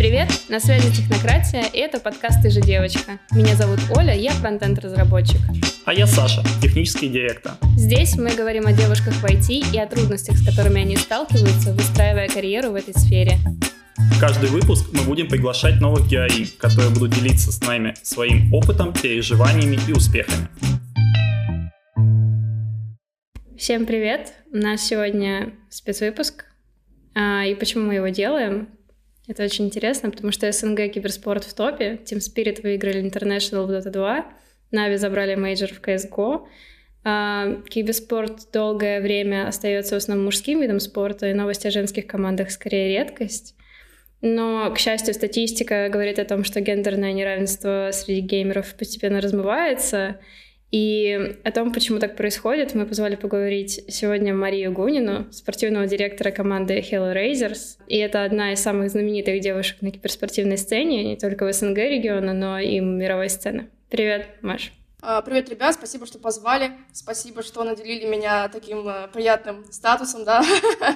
Привет, на связи Технократия, и это подкаст «Ты же девочка». Меня зовут Оля, я фронтенд-разработчик. А я Саша, технический директор. Здесь мы говорим о девушках в IT и о трудностях, с которыми они сталкиваются, выстраивая карьеру в этой сфере. В каждый выпуск мы будем приглашать новых героинь, которые будут делиться с нами своим опытом, переживаниями и успехами. Всем привет! У нас сегодня спецвыпуск. И почему мы его делаем? Это очень интересно, потому что СНГ киберспорт в топе. Team Spirit выиграли International в Dota 2. Нави забрали мейджор в CSGO. Киберспорт долгое время остается в основном мужским видом спорта, и новости о женских командах скорее редкость. Но, к счастью, статистика говорит о том, что гендерное неравенство среди геймеров постепенно размывается. И о том, почему так происходит, мы позвали поговорить сегодня Марию Гунину, спортивного директора команды Hellraisers. И это одна из самых знаменитых девушек на киберспортивной сцене, не только в СНГ региона, но и мировой сцены. Привет, Маш. Привет, ребят, спасибо, что позвали, спасибо, что наделили меня таким приятным статусом, да.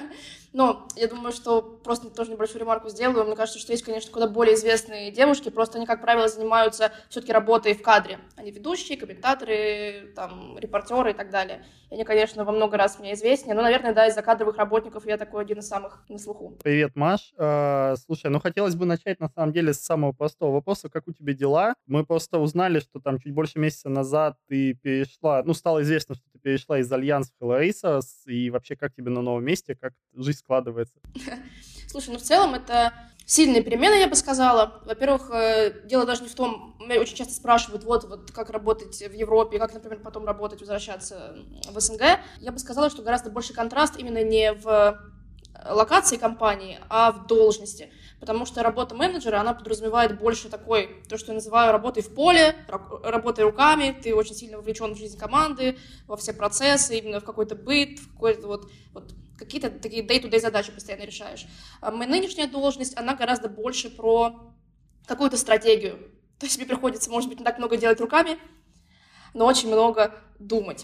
Но я думаю, что просто тоже небольшую ремарку сделаю. Мне кажется, что есть, конечно, куда более известные девушки, просто они, как правило, занимаются все-таки работой в кадре. Они ведущие, комментаторы, там, репортеры и так далее. И они, конечно, во много раз мне известнее, но, наверное, да, из-за кадровых работников я такой один из самых на слуху. Привет, Маш. Слушай, хотелось бы начать, на самом деле, с самого простого вопроса. Как у тебя дела? Мы просто узнали, что там чуть больше месяца назад ты перешла, стало известно, что ты перешла из Альянс в Hellraisers, и вообще как тебе на новом месте, как жизнь складывается? Слушай, в целом это сильные перемены, я бы сказала. Во-первых, дело даже не в том, меня очень часто спрашивают, вот как работать в Европе, как, например, потом работать, возвращаться в СНГ. Я бы сказала, что гораздо больше контраст именно не в локации компании, а в должности. Потому что работа менеджера, она подразумевает больше такой, то, что я называю работой в поле, работой руками, ты очень сильно вовлечен в жизнь команды, во все процессы, именно в какой-то быт, в какой-то вот какие-то такие day-to-day задачи постоянно решаешь. А моя нынешняя должность, она гораздо больше про какую-то стратегию. То есть мне приходится, может быть, не так много делать руками, но очень много думать.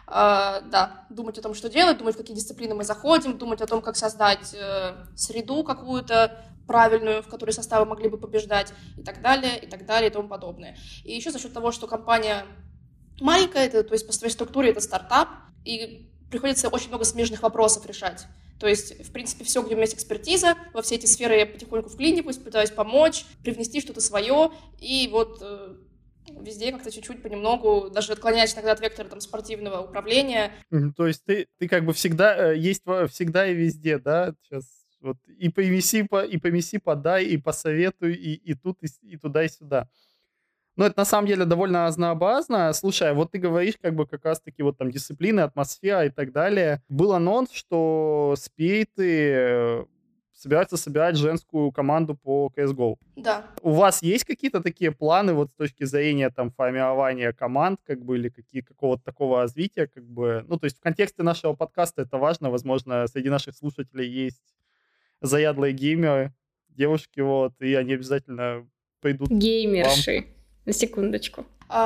Думать о том, что делать, думать, в какие дисциплины мы заходим, думать о том, как создать среду какую-то правильную, в которой составы могли бы побеждать, и так далее, и тому подобное. И еще за счет того, что компания маленькая, то есть по своей структуре это стартап, и приходится очень много смежных вопросов решать. То есть, в принципе, все, где у меня есть экспертиза, во все эти сферы я потихоньку вклиниваюсь, пытаюсь помочь, привнести что-то свое, и везде как-то чуть-чуть понемногу, даже отклоняясь иногда от вектора спортивного управления. То есть ты как бы всегда есть всегда и везде, да? Сейчас и помеси, подай, и посоветуй, и тут, и туда, и сюда. Это на самом деле довольно разнообразно. Слушай, ты говоришь как раз-таки там дисциплины, атмосфера и так далее. Был анонс, что Спириты собираются собирать женскую команду по CSGO. Да. У вас есть какие-то такие планы с точки зрения формирования команд, или какого-то такого развития, то есть в контексте нашего подкаста это важно, возможно, среди наших слушателей есть заядлые геймеры, девушки, и они обязательно придут. Геймерши. На секундочку.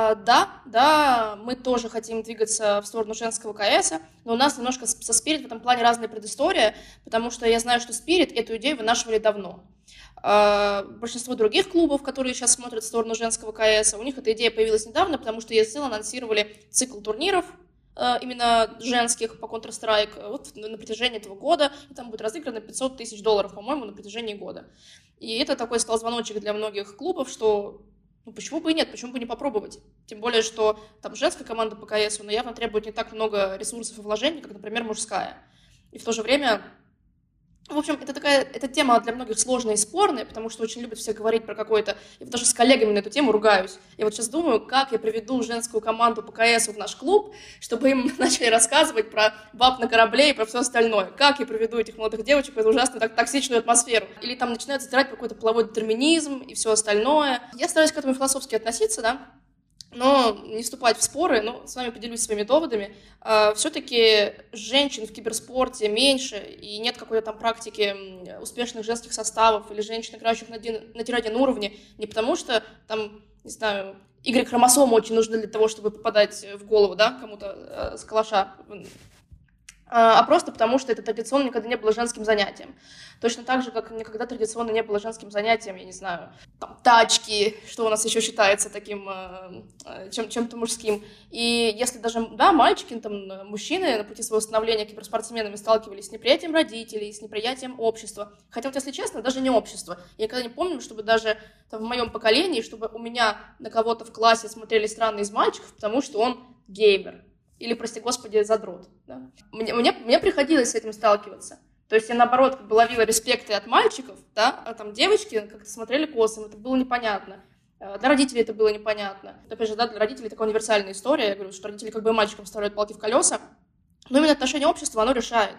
Да, мы тоже хотим двигаться в сторону женского КС, но у нас немножко со Spirit в этом плане разная предыстория, потому что я знаю, что Spirit эту идею вынашивали давно. Большинство других клубов, которые сейчас смотрят в сторону женского КС, у них эта идея появилась недавно, потому что ESL анонсировали цикл турниров, именно женских по Counter-Strike на протяжении этого года, и там будет разыграно $500 тысяч, по-моему, на протяжении года. И это такой стал звоночек для многих клубов, что почему бы и нет, почему бы не попробовать? Тем более, что там женская команда по КС, но явно требует не так много ресурсов и вложений, как, например, мужская. И в то же время, в общем, эта тема для многих сложная и спорная, потому что очень любят все говорить про какой-то... Я даже с коллегами на эту тему ругаюсь. Я сейчас думаю, как я приведу женскую команду по КС в наш клуб, чтобы им начали рассказывать про баб на корабле и про все остальное. Как я приведу этих молодых девочек в эту ужасную токсичную атмосферу. Или там начинают затирать какой-то половой детерминизм и все остальное. Я стараюсь к этому философски относиться, да, но не вступать в споры, с вами поделюсь своими доводами. Все-таки женщин в киберспорте меньше, и нет какой-то практики успешных женских составов или женщин, играющих на тир-1 уровне, не потому что Y-хромосомы очень нужны для того, чтобы попадать в голову, да, кому-то с калаша а просто потому, что это традиционно никогда не было женским занятием. Точно так же, как никогда традиционно не было женским занятием, я не знаю, там, тачки, что у нас еще считается таким чем-то мужским. И если даже, да, мальчики, там, мужчины на пути своего становления киберспортсменами сталкивались с неприятием родителей, с неприятием общества. Хотя вот, если честно, даже не общество. Я никогда не помню, чтобы даже там, в моем поколении, чтобы у меня на кого-то в классе смотрели странно из мальчиков, потому что он геймер. Или, прости господи, задрот. Да? Мне приходилось с этим сталкиваться. То есть я, наоборот, как бы ловила респекты от мальчиков, да, а там девочки как-то смотрели косо, это было непонятно. Для родителей это было непонятно. Опять же, да, для родителей такая универсальная история. Я говорю, что родители как бы мальчикам вставляют палки в колеса. Но именно отношение общества, оно решает.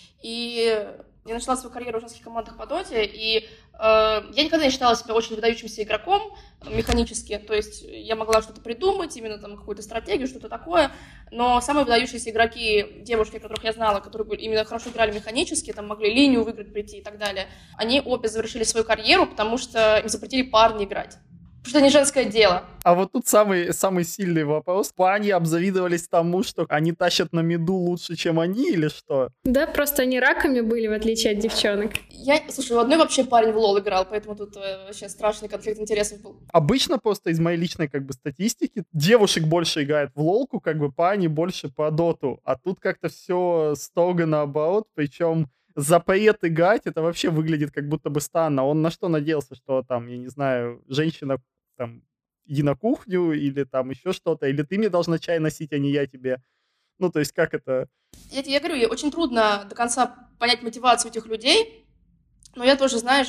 И я начала свою карьеру в женских командах по доте, и я никогда не считала себя очень выдающимся игроком механически, то есть я могла что-то придумать, именно там какую-то стратегию, что-то такое, но самые выдающиеся игроки, девушки, которых я знала, которые именно хорошо играли механически, там могли линию выиграть, прийти и так далее, они обе завершили свою карьеру, потому что им запретили парни играть. Потому что это не женское дело. А вот тут самый сильный вопрос. Парни обзавидовались тому, что они тащат на миду лучше, чем они, или что? Да, просто они раками были, в отличие от девчонок. Слушай, у одной вообще парень в лол играл, поэтому тут вообще страшный конфликт интересов был. Обычно просто из моей личной как бы статистики девушек больше играет в лолку, как бы парни больше по доту. А тут как-то все строго наоборот, причем запрет играть, это вообще выглядит как будто бы странно. Он на что надеялся, что там, я не знаю, женщина там, иди на кухню, или там еще что-то, или ты мне должна чай носить, а не я тебе. Ну, то есть как это? Я говорю, очень трудно до конца понять мотивацию этих людей, но я тоже, знаешь,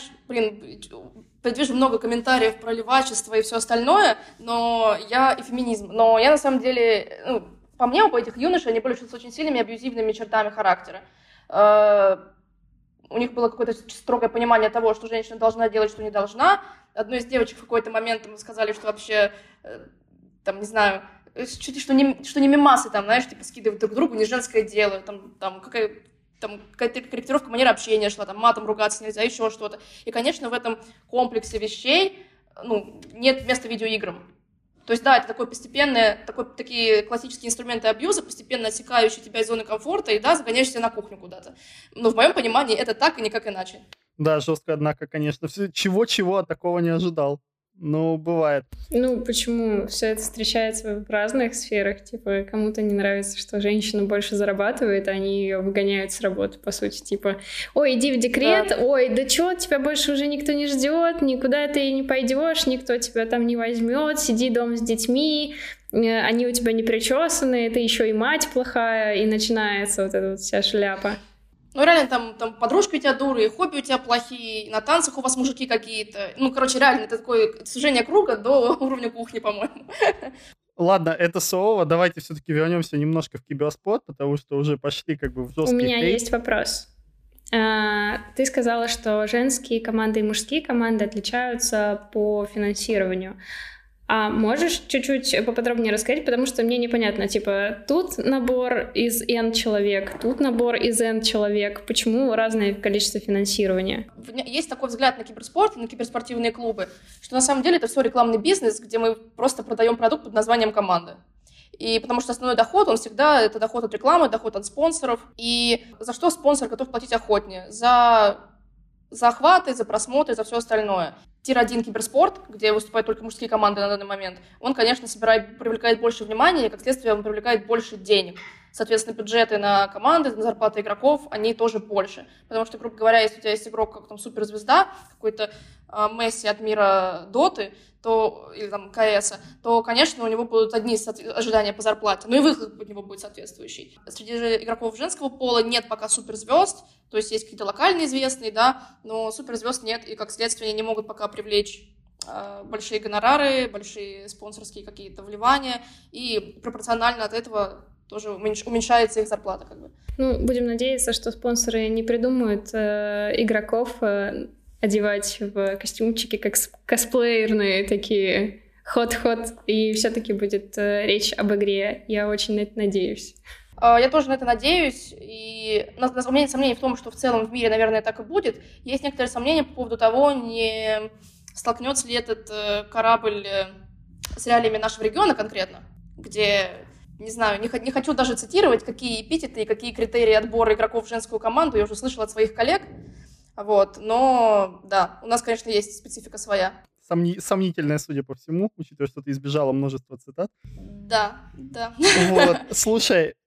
предвижу много комментариев про левачество и все остальное, и феминизм, но я на самом деле, по мне, оба этих юношей, они были с очень сильными абьюзивными чертами характера. У них было какое-то строгое понимание того, что женщина должна делать, что не должна. Одной из девочек в какой-то момент сказали, что вообще, там, не знаю, что не мемасы, там, знаешь, типа скидывают друг другу, не женское дело, там какая-то корректировка манеры общения шла, там, матом ругаться нельзя, еще что-то. И, конечно, в этом комплексе вещей, нет места видеоиграм. То есть, да, это такие классические инструменты абьюза, постепенно отсекающие тебя из зоны комфорта, и, да, загоняешь себя на кухню куда-то. Но в моем понимании это так и никак иначе. Да, жестко, однако, конечно. Чего-чего от такого не ожидал. Ну, бывает. Почему? Все это встречается в разных сферах. Типа, кому-то не нравится, что женщина больше зарабатывает, а они ее выгоняют с работы, по сути. Типа, ой, иди в декрет, да. Ой, да чё, тебя больше уже никто не ждет, никуда ты не пойдешь, никто тебя там не возьмет, сиди дома с детьми, они у тебя не причесаны, ты еще и мать плохая, и начинается вот эта вот вся шляпа. Реально, там подружки у тебя дуры, хобби у тебя плохие, и на танцах у вас мужики какие-то. Реально, это такое сужение круга до уровня кухни, по-моему. Ладно, это слово. Давайте все-таки вернемся немножко в киберспорт, потому что уже пошли как бы в жесткий У меня есть вопрос. Ты сказала, что женские команды и мужские команды отличаются по финансированию. А можешь чуть-чуть поподробнее рассказать, потому что мне непонятно, типа, тут набор из N человек, тут набор из N человек, почему разное количество финансирования? Есть такой взгляд на киберспорт, на киберспортивные клубы, что на самом деле это все рекламный бизнес, где мы просто продаем продукт под названием команды. И потому что основной доход, он всегда, это доход от рекламы, доход от спонсоров. И за что спонсор готов платить охотнее? За охваты, за просмотры, за все остальное. Тир-1 киберспорт, где выступают только мужские команды на данный момент, он, конечно, привлекает больше внимания, и, как следствие, он привлекает больше денег. Соответственно, бюджеты на команды, на зарплаты игроков, они тоже больше. Потому что, грубо говоря, если у тебя есть игрок, как там суперзвезда, какой-то Месси от мира Доты, или там КС, то, конечно, у него будут одни ожидания по зарплате, но и выхлоп у него будет соответствующий. Среди же игроков женского пола нет пока суперзвезд, то есть есть какие-то локальные известные, да, но суперзвезд нет, и, как следствие, они не могут пока привлечь большие гонорары, большие спонсорские какие-то вливания, и пропорционально от этого тоже уменьшается их зарплата, как бы. Будем надеяться, что спонсоры не придумают игроков одевать в костюмчики, как косплеерные такие хот-хот, и все-таки будет речь об игре. Я очень на это надеюсь. Я тоже на это надеюсь, и у меня нет сомнений в том, что в целом в мире, наверное, так и будет. Есть некоторые сомнения по поводу того, не столкнется ли этот корабль с реалиями нашего региона конкретно, где не знаю, не хочу даже цитировать, какие эпитеты и какие критерии отбора игроков в женскую команду, я уже слышала от своих коллег, вот, но, да, у нас, конечно, есть специфика своя. Сомнительная, судя по всему, учитывая, что ты избежала множества цитат. Да. Вот, слушай,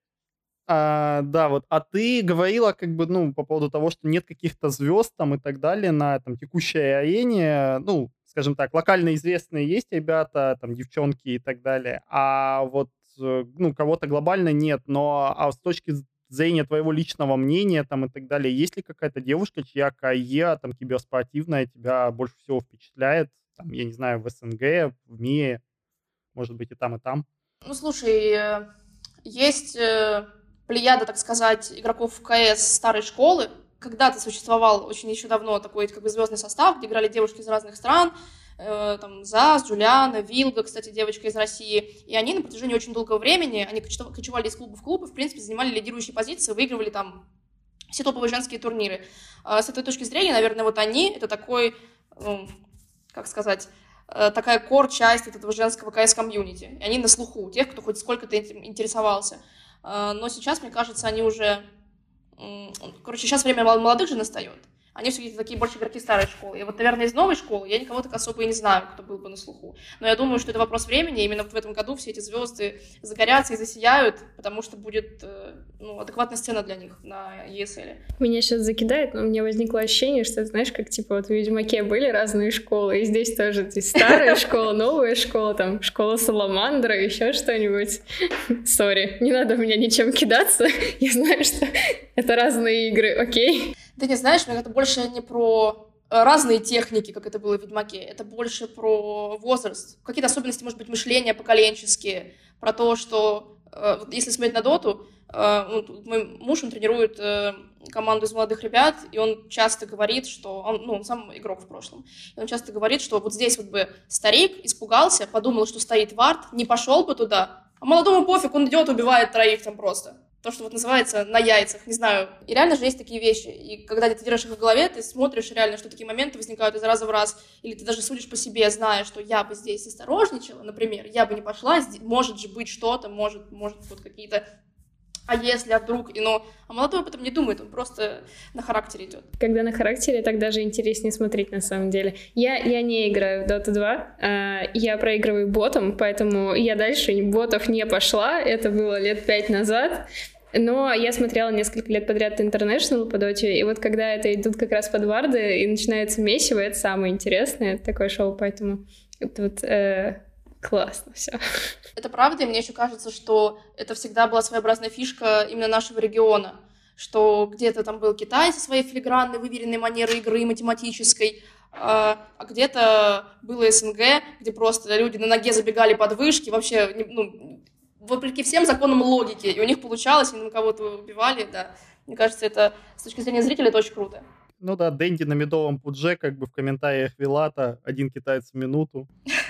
да, вот, а ты говорила, как бы, ну, по поводу того, что нет каких-то звезд там и так далее на там текущей арене, ну, скажем так, локально известные есть ребята, там, девчонки и так далее, а вот, ну, кого-то глобально нет, но, а с точки зрения твоего личного мнения там и так далее, есть ли какая-то девушка, чья карьера там киберспортивная тебя больше всего впечатляет, там, я не знаю, в СНГ, в МИРе, может быть, и там, и там? Ну, слушай, есть плеяда, так сказать, игроков КС старой школы. Когда-то существовал очень еще давно такой как бы звездный состав, где играли девушки из разных стран, там Заз, Джулиана, Вилга, кстати, девочка из России, и они на протяжении очень долгого времени, они кочевали из клуба в клуб и, в принципе, занимали лидирующие позиции, выигрывали там все топовые женские турниры. С этой точки зрения, наверное, вот они, это такой, как сказать, такая кор-часть этого женского КС-комьюнити. И они на слуху у тех, кто хоть сколько-то этим интересовался. Но сейчас, мне кажется, они уже... Короче, сейчас время молодых же настает. Они все-таки такие больше игроки старой школы. И вот, наверное, из новой школы я никого так особо и не знаю, кто был бы на слуху. Но я думаю, что это вопрос времени. Именно вот в этом году все эти звезды загорятся и засияют, потому что будет адекватная сцена для них на ESL. Меня сейчас закидает, но у меня возникло ощущение, что, знаешь, как типа вот в Ведьмаке были разные школы, и здесь тоже здесь старая школа, новая школа, там школа Саламандра, еще что-нибудь. Сори, не надо в меня ничем кидаться. Я знаю, что это разные игры, окей? Да не, знаешь, мне это больше не про разные техники, как это было в Ведьмаке, это больше про возраст, какие-то особенности, может быть, мышления поколенческие, про то, что если смотреть на доту, мой муж, он тренирует команду из молодых ребят, и он часто говорит, что он сам игрок в прошлом, и он часто говорит, что вот здесь вот бы старик испугался, подумал, что стоит вард, не пошел бы туда, а молодому пофиг, он идет, убивает троих там просто. То, что вот называется на яйцах, не знаю. И реально же есть такие вещи. И когда ты держишь их в голове, ты смотришь реально, что такие моменты возникают из раза в раз. Или ты даже судишь по себе, зная, что я бы здесь осторожничала, например, я бы не пошла, может же быть что-то, может вот какие-то... А если, а вдруг? А молодой об этом не думает, он просто на характере идет. Когда на характере, так даже интереснее смотреть на самом деле. Я не играю в Dota 2, я проигрываю ботом, поэтому я дальше ботов не пошла, это было лет 5 назад. Но я смотрела несколько лет подряд International по доте, и вот когда это идут как раз подварды, и начинается месиво, это самое интересное, такое шоу, поэтому это вот... Классно все. Это правда, и мне еще кажется, что это всегда была своеобразная фишка именно нашего региона, что где-то там был Китай со своей филигранной, выверенной манерой игры математической, а где-то было СНГ, где просто люди на ноге забегали под вышки, вообще, вопреки всем законам логики, и у них получалось, они на кого-то убивали, да. Мне кажется, это с точки зрения зрителя это очень круто. Ну да, Дэнди на медовом пудже, как бы в комментариях Вилата, 1 китаец в минуту.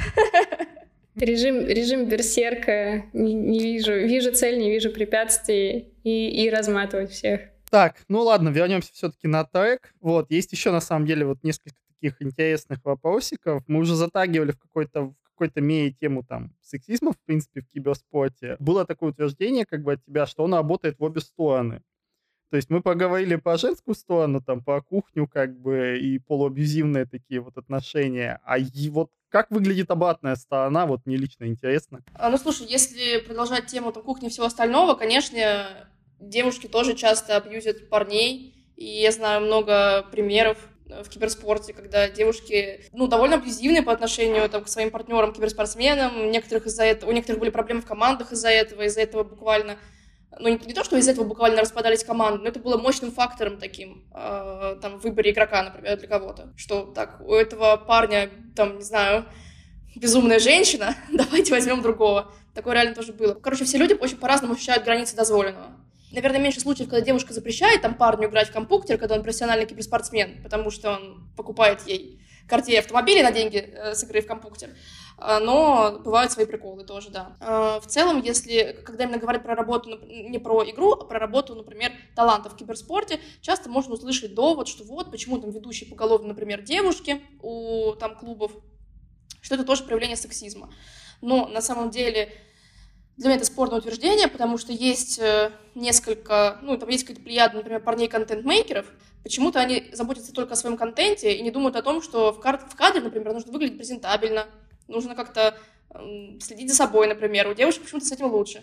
Режим берсерка, не вижу цель, не вижу препятствий и разматывать всех. Так, ну ладно, вернемся все-таки на трек. Вот, есть еще на самом деле вот несколько таких интересных вопросиков. Мы уже затагивали в какой-то мере тему там сексизма, в принципе, в киберспорте. Было такое утверждение как бы от тебя, что он работает в обе стороны. То есть мы поговорили про женскую сторону, там, про кухню, как бы, и полуабьюзивные такие вот отношения. А вот как выглядит обратная сторона? Вот мне лично интересно. Ну, слушай, если продолжать тему там, кухни и всего остального, конечно, девушки тоже часто абьюзят парней. И я знаю много примеров в киберспорте, когда девушки, довольно абьюзивные по отношению там, к своим партнерам, киберспортсменам. У некоторых были проблемы в командах из-за этого буквально... не то, что из-за этого буквально распадались команды, но это было мощным фактором таким, в выборе игрока, например, для кого-то. Что так, у этого парня, не знаю, безумная женщина, давайте возьмем другого. Такое реально тоже было. Короче, все люди очень по-разному ощущают границы дозволенного. Наверное, меньше случаев, когда девушка запрещает парню играть в компьютер, когда он профессиональный киберспортсмен, потому что он покупает ей Cartier автомобили на деньги с игры в компьютер. Но бывают свои приколы тоже, да. В целом, когда именно говорят про работу, не про игру, а про работу, например, талантов в киберспорте, часто можно услышать довод, что вот почему там ведущие поголовно, например, девушки у клубов, что это тоже проявление сексизма. Но на самом деле Для меня это спорное утверждение, потому что есть несколько, там есть какие-то плеяды, например, парней-контент-мейкеров. Почему-то они заботятся только о своем контенте и не думают о том, что в кадре, например, нужно выглядеть презентабельно, нужно как-то следить за собой, например. У девушек почему-то с этим лучше.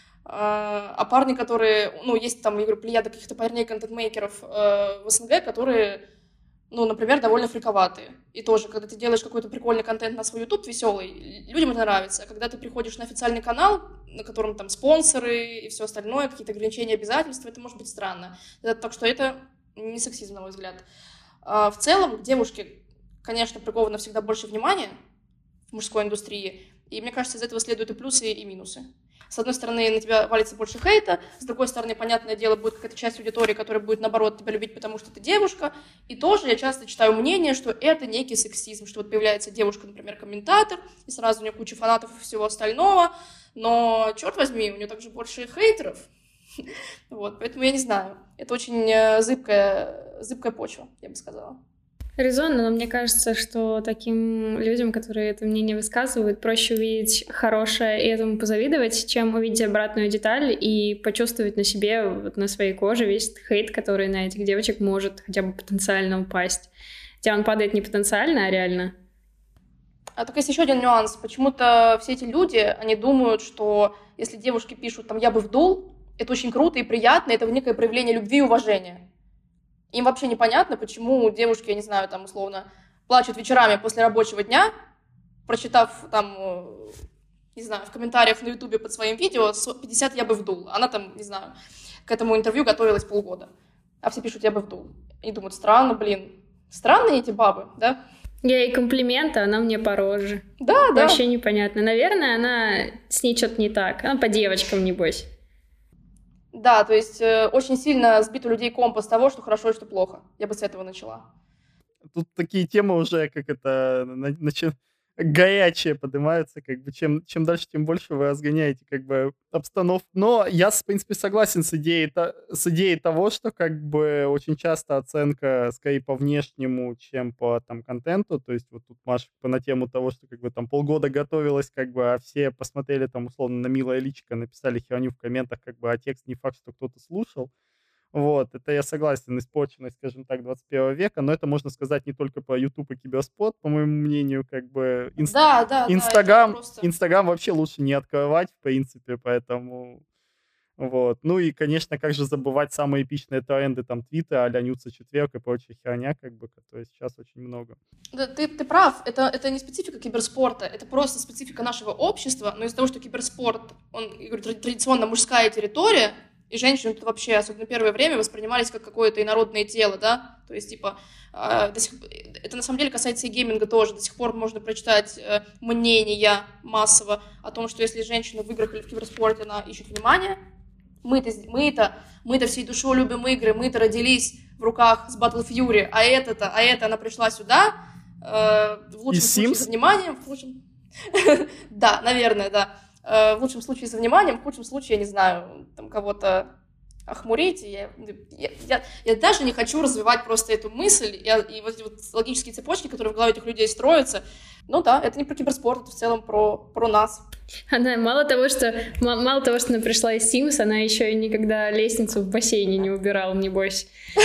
А парни, которые, есть там, я говорю, плеяда каких-то парней-контент-мейкеров в СНГ, которые, например, довольно фриковатые. И тоже, когда ты делаешь какой-то прикольный контент на свой YouTube, веселый, людям это нравится. А когда ты приходишь на официальный канал, на котором там спонсоры и все остальное, какие-то ограничения, обязательства, это может быть странно. Так что это не сексизм, на мой взгляд. В целом, к девушке, конечно, приковано всегда больше внимания в мужской индустрии, и мне кажется, из этого следуют и плюсы, и минусы. С одной стороны, на тебя валится больше хейта, с другой стороны, понятное дело, будет какая-то часть аудитории, которая будет, наоборот, тебя любить, потому что ты девушка. И тоже я часто читаю мнение, что это некий сексизм, что вот появляется девушка, например, комментатор, и сразу у нее куча фанатов и всего остального, но, черт возьми, у нее также больше хейтеров. Вот, поэтому я не знаю. Это очень зыбкая почва, я бы сказала. Резонно, но мне кажется, что таким людям, которые это мнение высказывают, проще увидеть хорошее и этому позавидовать, чем увидеть обратную деталь и почувствовать на себе, вот на своей коже весь этот хейт, который на этих девочек может хотя бы потенциально упасть. Хотя он падает не потенциально, а реально. А только есть еще один нюанс. Почему-то все эти люди, они думают, что если девушки пишут там «я бы вдул», это очень круто и приятно, это некое проявление любви и уважения. Им вообще непонятно, почему девушки, я не знаю, там, условно, плачут вечерами после рабочего дня, прочитав там, не знаю, в комментариях на Ютубе под своим видео 50 «я бы вдул». Она там, не знаю, к этому интервью готовилась полгода. А все пишут «я бы вдул». И думают, странные эти бабы, да? Я ей комплимент, а она мне по роже. Да. Вообще непонятно. Наверное, с ней что-то не так. Она по девочкам, небось. Да, то есть очень сильно сбит у людей компас того, что хорошо и что плохо. Я бы с этого начала. Тут такие темы уже, горячие поднимаются, чем дальше, тем больше вы разгоняете обстановку. Но я, в принципе, согласен с идеей того, что очень часто оценка скорее по внешнему, чем по контенту. То есть вот тут Маша на тему того, что там полгода готовилась, а все посмотрели условно на милое личико, написали херню в комментах, а текст не факт, что кто-то слушал. Вот, это я согласен, испорченность, скажем так, 21 века, но это можно сказать не только по YouTube и киберспорт, по моему мнению, Инстаграм вообще лучше не открывать, в принципе, поэтому, вот. Ну и, конечно, как же забывать самые эпичные тренды, Твиттера, а-ля Нюца четверг и прочая херня, которой сейчас очень много. Да, ты прав, это не специфика киберспорта, это просто специфика нашего общества, но из-за того, что киберспорт, он, я говорю, традиционно мужская территория, и женщины тут вообще, особенно первое время, воспринимались как какое-то инородное тело, да, то есть, это на самом деле касается и гейминга тоже, до сих пор можно прочитать мнения массово о том, что если женщина в играх или в киберспорте, она ищет внимание, мы-то всей душой любим игры, мы-то родились в руках с Battle Fury, а это она пришла сюда, в лучшем случае за вниманием, в худшем... Да, наверное, да. В лучшем случае за вниманием, в худшем случае, я не знаю, кого-то охмурить. Я даже не хочу развивать просто эту мысль и вот эти вот логические цепочки, которые в голове этих людей строятся. Ну да, это не про киберспорт, это в целом про нас. Она мало того, что она пришла из Sims, она еще и никогда лестницу в бассейне не убирала, небось.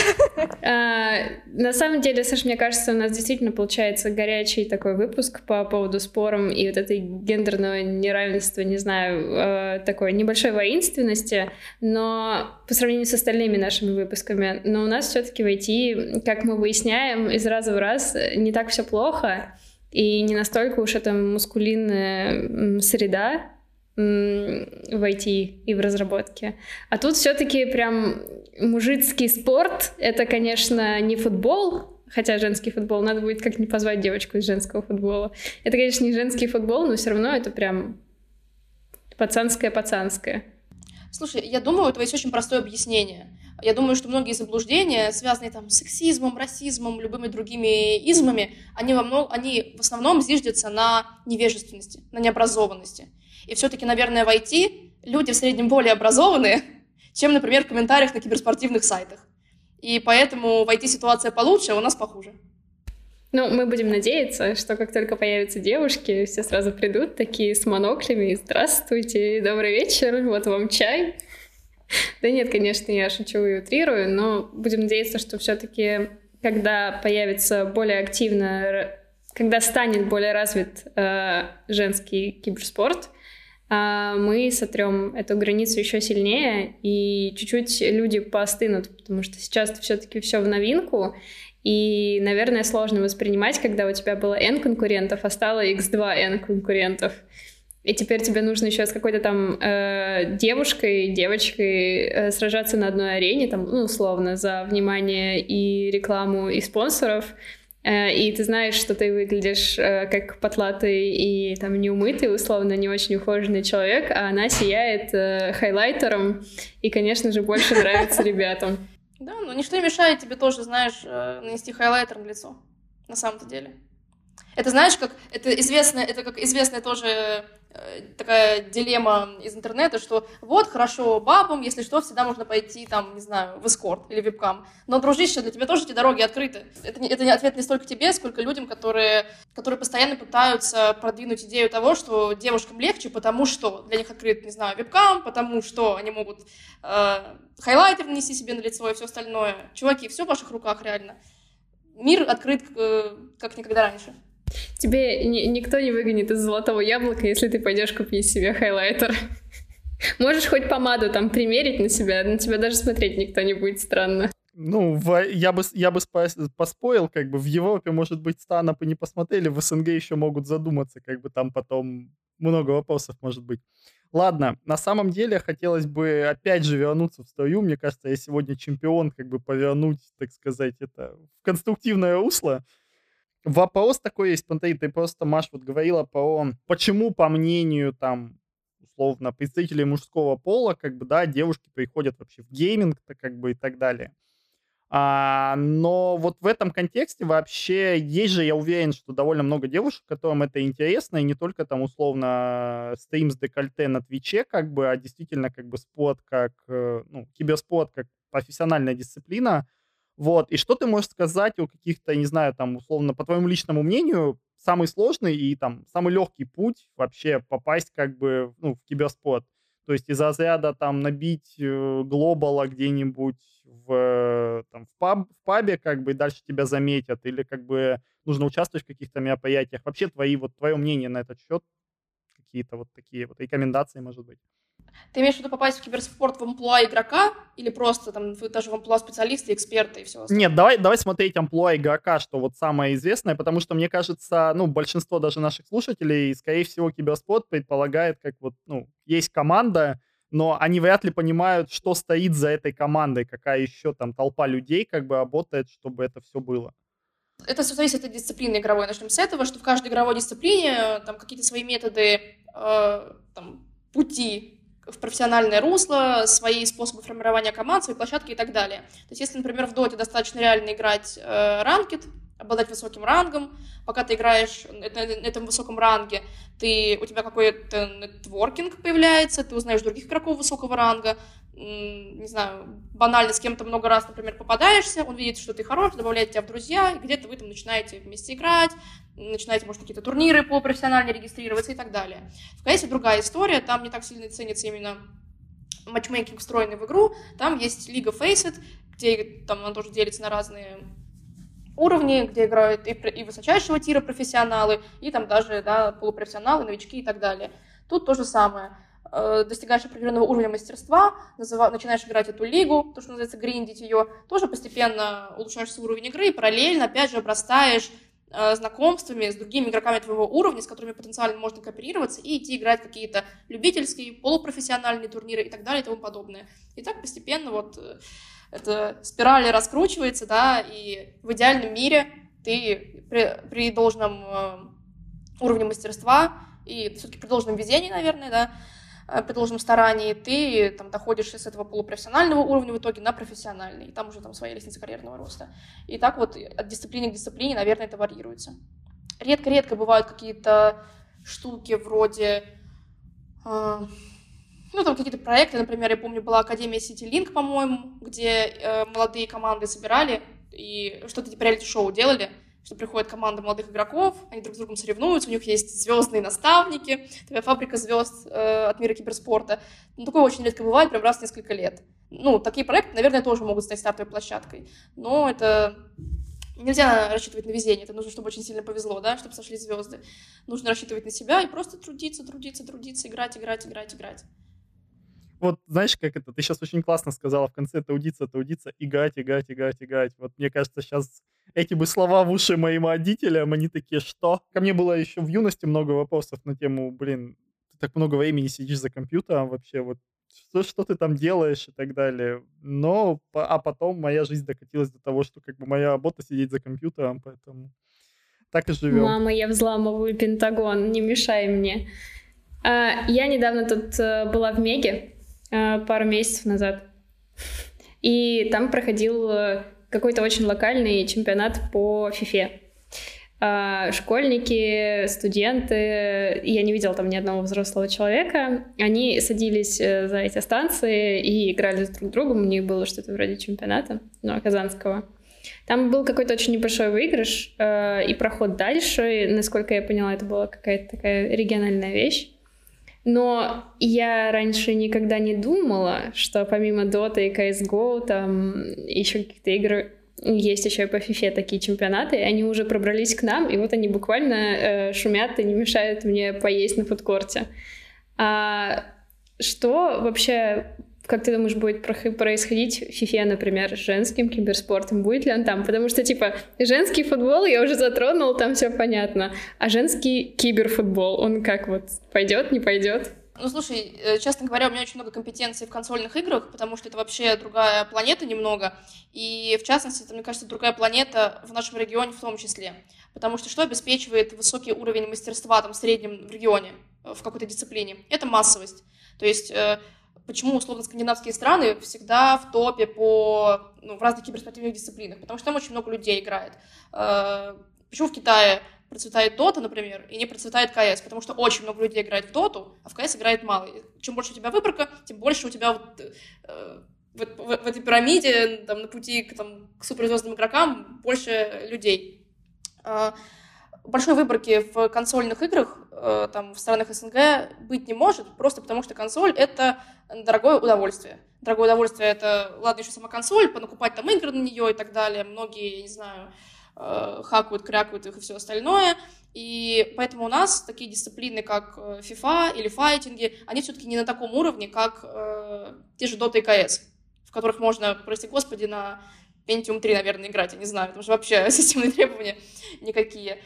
На самом деле, Саша, мне кажется, у нас действительно получается горячий такой выпуск по поводу споров и вот этой гендерного неравенства, не знаю, такой небольшой воинственности, но по сравнению с остальными нашими выпусками. Но у нас все-таки в IT, как мы выясняем, из раза в раз не так все плохо. И не настолько уж это мускулинная среда в IT и в разработке. А тут все-таки прям мужицкий спорт. Это, конечно, не футбол, хотя женский футбол. Надо будет как-нибудь позвать девочку из женского футбола. Это, конечно, не женский футбол, но все равно это прям пацанское. Слушай, я думаю, у этого есть очень простое объяснение. Я думаю, что многие заблуждения, связанные с сексизмом, расизмом, любыми другими измами, они в основном зиждятся на невежественности, на необразованности. И все-таки, наверное, в IT люди в среднем более образованные, чем, например, в комментариях на киберспортивных сайтах. И поэтому в IT ситуация получше, а у нас похуже. Ну, мы будем надеяться, что как только появятся девушки, все сразу придут такие с моноклями. Здравствуйте, добрый вечер, вот вам чай. Да нет, конечно, я шучу и утрирую, но будем надеяться, что все-таки, когда появится более активно, когда станет более развит женский киберспорт, мы сотрем эту границу еще сильнее, и чуть-чуть люди поостынут, потому что сейчас все-таки все в новинку, и, наверное, сложно воспринимать, когда у тебя было N конкурентов, а стало X2N конкурентов. И теперь тебе нужно еще с какой-то там девушкой, девочкой сражаться на одной арене, там, ну, условно, за внимание и рекламу, и спонсоров. И ты знаешь, что ты выглядишь как потлатый и там неумытый, условно, не очень ухоженный человек, а она сияет хайлайтером и, конечно же, больше нравится ребятам. Да, но ничто не мешает тебе тоже, знаешь, нанести хайлайтер на лицо, на самом-то деле. Это, знаешь, как известная тоже такая дилемма из интернета, что вот, хорошо, бабам, если что, всегда можно пойти, там, не знаю, в эскорт или вебкам. Но, дружище, для тебя тоже эти дороги открыты. Это не ответ не столько тебе, сколько людям, которые постоянно пытаются продвинуть идею того, что девушкам легче, потому что для них открыт, не знаю, вебкам, потому что они могут хайлайтер нанести себе на лицо и все остальное. Чуваки, все в ваших руках, реально. Мир открыт как никогда раньше. Тебе никто не выгонит из золотого яблока, если ты пойдешь купить себе хайлайтер. Можешь хоть помаду там примерить на тебя даже смотреть никто не будет странно. Ну, я бы поспорил, как бы в Европе, может быть, станоп и не посмотрели, в СНГ еще могут задуматься, как бы там потом много вопросов может быть. Ладно, на самом деле хотелось бы опять же вернуться в строю. Мне кажется, я сегодня чемпион, как бы повернуть, так сказать, это в конструктивное русло. Вопрос такой есть, смотри, ты просто, Маш, вот говорила про почему, по мнению, там, условно, представителей мужского пола, как бы, да, девушки приходят вообще в гейминг-то, как бы, и так далее. Но вот в этом контексте вообще есть же, я уверен, что довольно много девушек, которым это интересно, и не только там, условно, стрим с декольте на Твиче, как бы, а действительно, как бы, спорт как, ну, киберспорт как профессиональная дисциплина. Вот, и что ты можешь сказать о каких-то, не знаю, там, условно, по твоему личному мнению, самый сложный и там самый легкий путь вообще попасть как бы, ну, в киберспорт? То есть из разряда там набить глобала где-нибудь там, в пабе, как бы, и дальше тебя заметят, или как бы нужно участвовать в каких-то мероприятиях. Вообще твое мнение на этот счет, какие-то вот такие вот рекомендации, может быть? Ты имеешь в виду попасть в киберспорт в амплуа игрока или просто там даже в амплуа специалиста, эксперта и все остальное? Нет, давай смотреть амплуа игрока, что вот самое известное, потому что, мне кажется, ну, большинство даже наших слушателей, скорее всего, киберспорт предполагает, как вот, ну, есть команда, но они вряд ли понимают, что стоит за этой командой, какая еще там толпа людей как бы работает, чтобы это все было. Это все зависит от дисциплины игровой. Начнем с этого, что в каждой игровой дисциплине там какие-то свои методы, там, пути в профессиональное русло, свои способы формирования команд, свои площадки и так далее. То есть если, например, в доте достаточно реально играть ранкед, обладать высоким рангом, пока ты играешь на этом высоком ранге, у тебя какой-то нетворкинг появляется, ты узнаешь других игроков высокого ранга, не знаю, банально с кем-то много раз, например, попадаешься, он видит, что ты хорош, добавляет тебя в друзья, и где-то вы там начинаете вместе играть, начинаете, может, какие-то турниры по профессионально регистрироваться и так далее. В CS другая история, там не так сильно ценится именно матчмейкинг, встроенный в игру, там есть League of Faceit, где там он тоже делится на разные уровни, где играют и высочайшего тира профессионалы, и там даже, да, полупрофессионалы, новички и так далее. Тут то же самое. Достигаешь определенного уровня мастерства, начинаешь играть эту лигу, то, что называется, гриндить ее, тоже постепенно улучшаешь свой уровень игры и параллельно, опять же, обрастаешь знакомствами с другими игроками твоего уровня, с которыми потенциально можно кооперироваться и идти играть в какие-то любительские, полупрофессиональные турниры и так далее и тому подобное. И так постепенно вот эта спираль раскручивается, да, и в идеальном мире ты при должном уровне мастерства и все-таки при должном везении, наверное, да, при должном старании, ты там доходишь с этого полупрофессионального уровня в итоге на профессиональный, и там уже там своя лестница карьерного роста. И так вот от дисциплины к дисциплине, наверное, это варьируется. Редко-редко бывают какие-то штуки вроде, ну, там какие-то проекты, например, я помню, была Академия CityLink, по-моему, где молодые команды собирали и что-то типа реалити-шоу делали, что приходит команда молодых игроков, они друг с другом соревнуются, у них есть звездные наставники, такая фабрика звезд от мира киберспорта. Ну, такое очень редко бывает, прям раз в несколько лет. Ну, такие проекты, наверное, тоже могут стать стартовой площадкой, но это нельзя рассчитывать на везение, это нужно, чтобы очень сильно повезло, да, чтобы сошли звезды. Нужно рассчитывать на себя и просто трудиться, играть. Вот знаешь, как это? Ты сейчас очень классно сказала в конце: трудиться, играть. Вот мне кажется, сейчас эти бы слова в уши моим родителям, они такие: что? Ко мне было еще в юности много вопросов на тему: блин, ты так много времени сидишь за компьютером вообще, вот что ты там делаешь и так далее. Но, а потом моя жизнь докатилась до того, что как бы моя работа сидеть за компьютером, поэтому так и живем. Мама, я взламываю Пентагон, не мешай мне. Я недавно тут была в Меге, пару месяцев назад, и там проходил какой-то очень локальный чемпионат по фифе. Школьники, студенты, я не видела там ни одного взрослого человека, они садились за эти станции и играли с друг другом, у них было что-то вроде чемпионата, казанского. Там был какой-то очень небольшой выигрыш и проход дальше, насколько я поняла, это была какая-то такая региональная вещь. Но я раньше никогда не думала, что помимо Dota и CSGO там еще какие-то игры есть еще и по FIFA такие чемпионаты, и они уже пробрались к нам, и вот они буквально шумят и не мешают мне поесть на фудкорте. Что вообще, как ты думаешь, будет происходить в FIFA, например, с женским киберспортом? Будет ли он там? Потому что, женский футбол я уже затронул, там все понятно. А женский киберфутбол, он как вот пойдет, не пойдет? Ну, слушай, честно говоря, у меня очень много компетенций в консольных играх, потому что это вообще другая планета немного. И, в частности, это, мне кажется, другая планета в нашем регионе в том числе. Потому что обеспечивает высокий уровень мастерства там, в среднем в регионе, в какой-то дисциплине? Это массовость. То есть почему, условно, скандинавские страны всегда в топе в разных киберспортивных дисциплинах? Потому что там очень много людей играет. Почему в Китае процветает Dota, например, и не процветает CS? Потому что очень много людей играет в Dota, а в CS играет мало. И чем больше у тебя выборка, тем больше у тебя в этой пирамиде, там, на пути к суперзвездным игрокам, больше людей. Большой выборки в консольных играх там, в странах СНГ быть не может, просто потому что консоль — это дорогое удовольствие. Дорогое удовольствие — это, ладно, еще сама консоль, понакупать там игры на нее и так далее. Многие, я не знаю, хакают, крякают их и все остальное. И поэтому у нас такие дисциплины, как FIFA или файтинги, они все-таки не на таком уровне, как те же Dota и CS, в которых можно, прости господи, на Pentium 3, наверное, играть, я не знаю, потому что вообще системные требования никакие.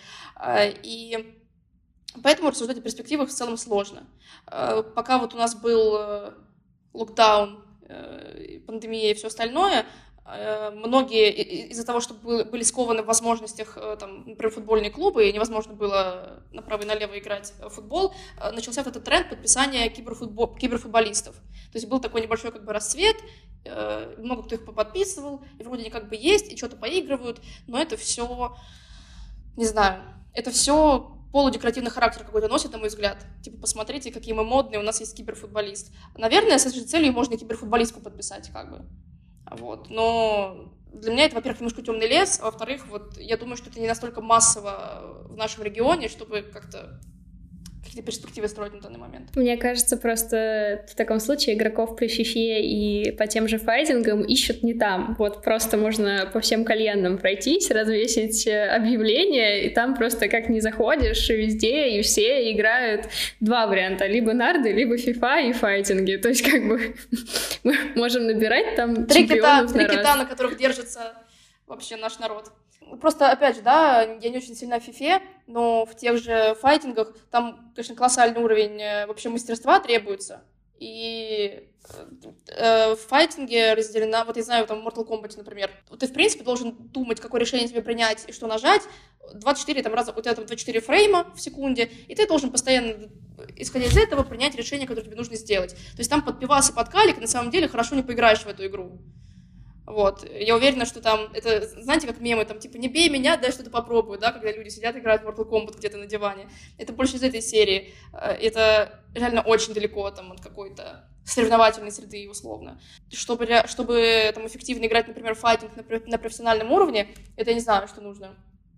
И поэтому рассуждать о перспективах в целом сложно. Пока вот у нас был локдаун, пандемия и все остальное, многие из-за того, что были скованы в возможностях, там, например, футбольные клубы, и невозможно было направо и налево играть в футбол, начался вот этот тренд подписания киберфутболистов. То есть был такой небольшой как бы расцвет, много кто их поподписывал, и вроде они как бы есть, и что-то поигрывают, но это все, не знаю, это все полудекоративный характер какой-то носит, на мой взгляд. Типа, посмотрите, какие мы модные, у нас есть киберфутболист. Наверное, с этой целью можно и киберфутболистку подписать, как бы. Вот. Но для меня это, во-первых, немножко темный лес, а во-вторых, вот я думаю, что это не настолько массово в нашем регионе, чтобы как-то какие-то перспективы строить на данный момент. Мне кажется, просто в таком случае игроков по фифе и по тем же файтингам ищут не там. Вот просто можно по всем кальянам пройтись, развесить объявление, и там просто как не заходишь, везде и все играют два варианта. Либо нарды, либо фифа и файтинги. То есть как бы мы можем набирать там чемпионов три кита, на которых держится вообще наш народ. Просто, опять же, да, я не очень сильна в фифе, но в тех же файтингах там, конечно, колоссальный уровень вообще мастерства требуется. И в файтинге разделена, вот я знаю, там в Mortal Kombat, например, ты, в принципе, должен думать, какое решение тебе принять и что нажать. 24, там, у тебя там 24 фрейма в секунде, и ты должен постоянно, исходя из этого, принять решение, которое тебе нужно сделать. То есть там под пивас и под калик на самом деле хорошо не поиграешь в эту игру. Вот, я уверена, что там, это, знаете, как мемы, там, типа, не бей меня, дай что-то попробую, да, когда люди сидят, играют в Mortal Kombat где-то на диване. Это больше из этой серии. Это реально очень далеко, там, от какой-то соревновательной среды, условно. Чтобы там эффективно играть, например, файтинг на профессиональном уровне, это я не знаю, что нужно.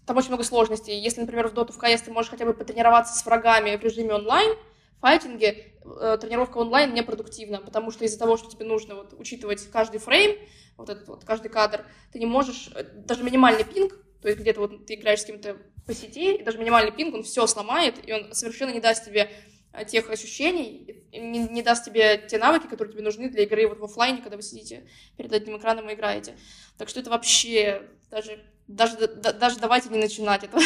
Там очень много сложностей. Если, например, в доту, в КС ты можешь хотя бы потренироваться с врагами в режиме онлайн, в файтинге тренировка онлайн непродуктивна, потому что из-за того, что тебе нужно вот учитывать каждый фрейм, вот этот вот, каждый кадр, ты не можешь, даже минимальный пинг, то есть где-то вот ты играешь с кем-то по сети, и даже минимальный пинг, он все сломает, и он совершенно не даст тебе тех ощущений, не даст тебе те навыки, которые тебе нужны для игры вот в офлайне, когда вы сидите перед одним экраном и играете. Так что это вообще даже давайте не начинать. Это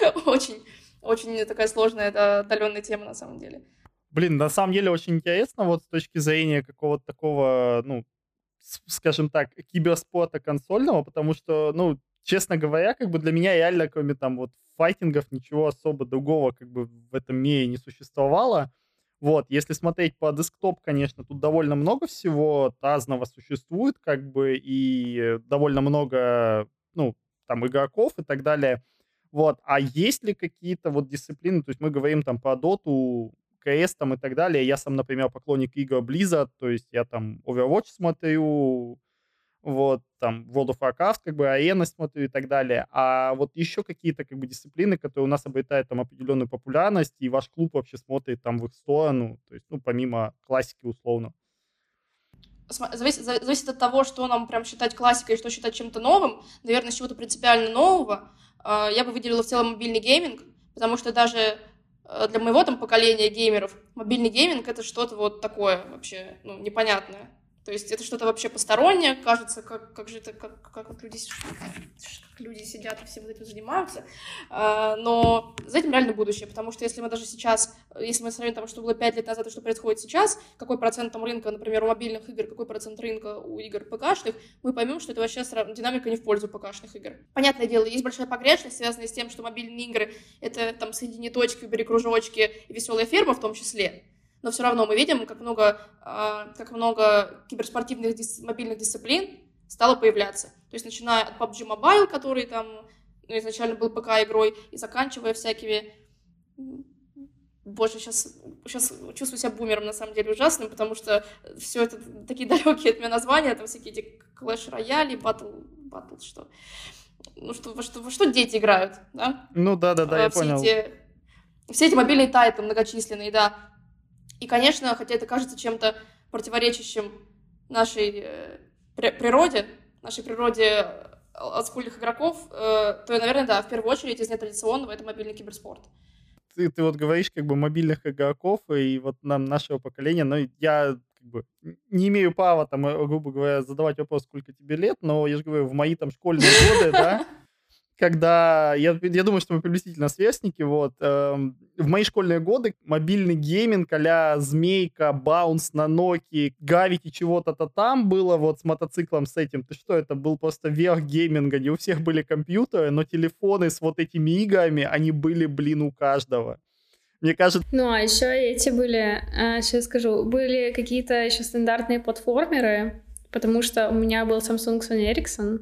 очень такая сложная, это отдаленная тема на самом деле. Блин, на самом деле очень интересно вот с точки зрения какого-то такого, ну, скажем так, киберспорта консольного, потому что, ну, честно говоря, как бы для меня реально, кроме там вот файтингов, ничего особо другого как бы в этом мире не существовало. Вот, если смотреть по десктоп, конечно, тут довольно много всего разного существует, как бы, и довольно много, ну, там, игроков и так далее. Вот, а есть ли какие-то вот дисциплины, то есть мы говорим там про доту, КС там и так далее. Я сам, например, поклонник игр Blizzard, то есть я там Overwatch смотрю, вот, там World of Warcraft, как бы, арены смотрю и так далее. А вот еще какие-то, как бы, дисциплины, которые у нас обретают там определенную популярность, и ваш клуб вообще смотрит там в их сторону, то есть, ну, помимо классики условно. Зависит от того, что нам прям считать классикой, что считать чем-то новым. Наверное, с чего-то принципиально нового. Я бы выделила в целом мобильный гейминг, потому что даже для моего там поколения геймеров мобильный гейминг — это что-то вот такое вообще, ну, непонятное. То есть это что-то вообще постороннее, кажется, как же это, как вот люди сидят и всем этим занимаются, но за этим реально будущее, потому что если мы даже сейчас, если мы сравним там, что было 5 лет назад и что происходит сейчас, какой процент там рынка, например, у мобильных игр, какой процент рынка у игр ПК-шных, мы поймем, что это вообще динамика не в пользу ПК-шных игр. Понятное дело, есть большая погрешность, связанная с тем, что мобильные игры — это там соедини точки, убери кружочки и веселая ферма в том числе. Но все равно мы видим, как много киберспортивных мобильных дисциплин стало появляться. То есть начиная от PUBG Mobile, который там изначально был ПК-игрой, и заканчивая всякими... Боже, сейчас чувствую себя бумером, на самом деле, ужасным, потому что все это такие далекие от меня названия, там всякие эти Clash Royale, Battle, что... Ну, во что дети играют, да? Ну, да, я понял. Все эти мобильные тайтлы многочисленные, да. И, конечно, хотя это кажется чем-то противоречащим нашей природе олдскульных игроков, то, наверное, да, в первую очередь из нетрадиционного это мобильный киберспорт. Ты вот говоришь как бы мобильных игроков и вот нам нашего поколения, но я как бы не имею права там, грубо говоря, задавать вопрос, сколько тебе лет, но я же говорю, в мои там школьные годы, да, когда, я думаю, что мы приблизительно сверстники, вот, в мои школьные годы мобильный гейминг а-ля Змейка, Баунс на Nokia, Gravity чего-то там было вот с мотоциклом с этим. Ты что, это был просто верх гейминга, не у всех были компьютеры, но телефоны с вот этими играми, они были, блин, у каждого. Мне кажется... Ну, а еще эти были, сейчас скажу, были какие-то еще стандартные платформеры, потому что у меня был Samsung Sony Ericsson,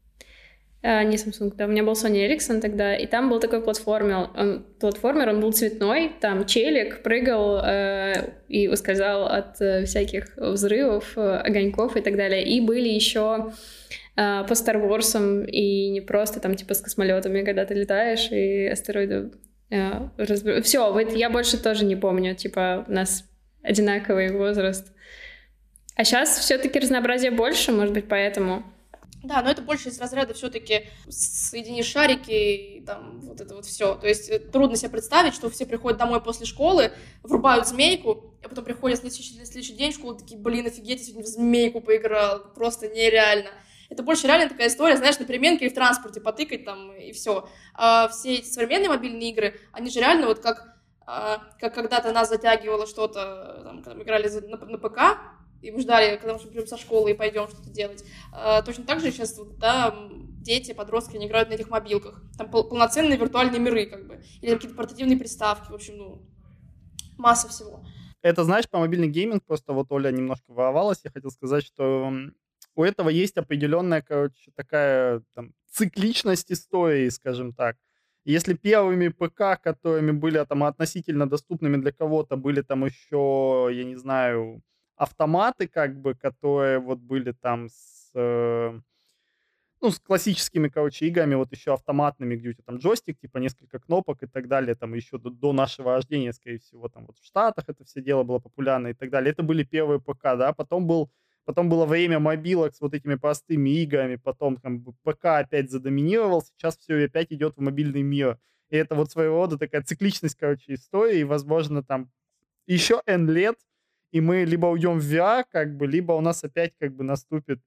не Samsung, да, у меня был Sony Ericsson тогда, и там был такой платформер, он был цветной, там челик прыгал и ускользал от всяких взрывов, огоньков и так далее, и были еще по Star Wars, и не просто там типа с космолетами, когда ты летаешь, и астероиды все, вот я больше тоже не помню, типа у нас одинаковый возраст. А сейчас все-таки разнообразия больше, может быть, поэтому... Да, но это больше из разряда все-таки соедини шарики и там вот это вот все. То есть трудно себе представить, что все приходят домой после школы, врубают змейку, а потом приходят на следующий день в школу, такие, блин, офигеть, я сегодня в змейку поиграл, просто нереально. Это больше реально такая история, знаешь, на переменке или в транспорте потыкать там и все. А все эти современные мобильные игры, они же реально вот как когда-то нас затягивало что-то, там, когда мы играли на ПК, и мы ждали, когда мы придем со школы и пойдем что-то делать. Точно так же сейчас, да, дети, подростки, они играют на этих мобилках. Там полноценные виртуальные миры, как бы. Или какие-то портативные приставки. В общем, ну, масса всего. Это, знаешь, по мобильный гейминг, просто вот Оля немножко воровалась. Я хотел сказать, что у этого есть определенная, короче, такая там цикличность истории, скажем так. Если первыми ПК, которыми были там относительно доступными для кого-то, были там еще, я не знаю, автоматы, как бы, которые вот были там с ну, с классическими, короче, играми, вот еще автоматными, где у тебя там джойстик, типа несколько кнопок и так далее, там еще до нашего рождения, скорее всего, там вот в Штатах это все дело было популярно и так далее. Это были первые ПК, да, потом было время мобилок с вот этими простыми играми, потом как бы ПК опять задоминировал, сейчас все опять идет в мобильный мир. И это вот своего рода такая цикличность, короче, истории, и, возможно, там еще N лет, и мы либо уйдем в VR, как бы, либо у нас опять как бы наступит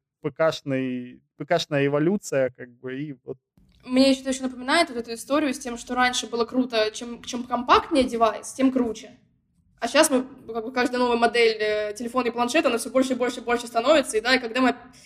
ПКшная эволюция, как бы, и вот. Мне это еще напоминает вот эту историю с тем, что раньше было круто, чем компактнее девайс, тем круче. А сейчас мы, как бы, каждая новая модель телефона и планшета, она все больше и больше и больше становится, и да, и когда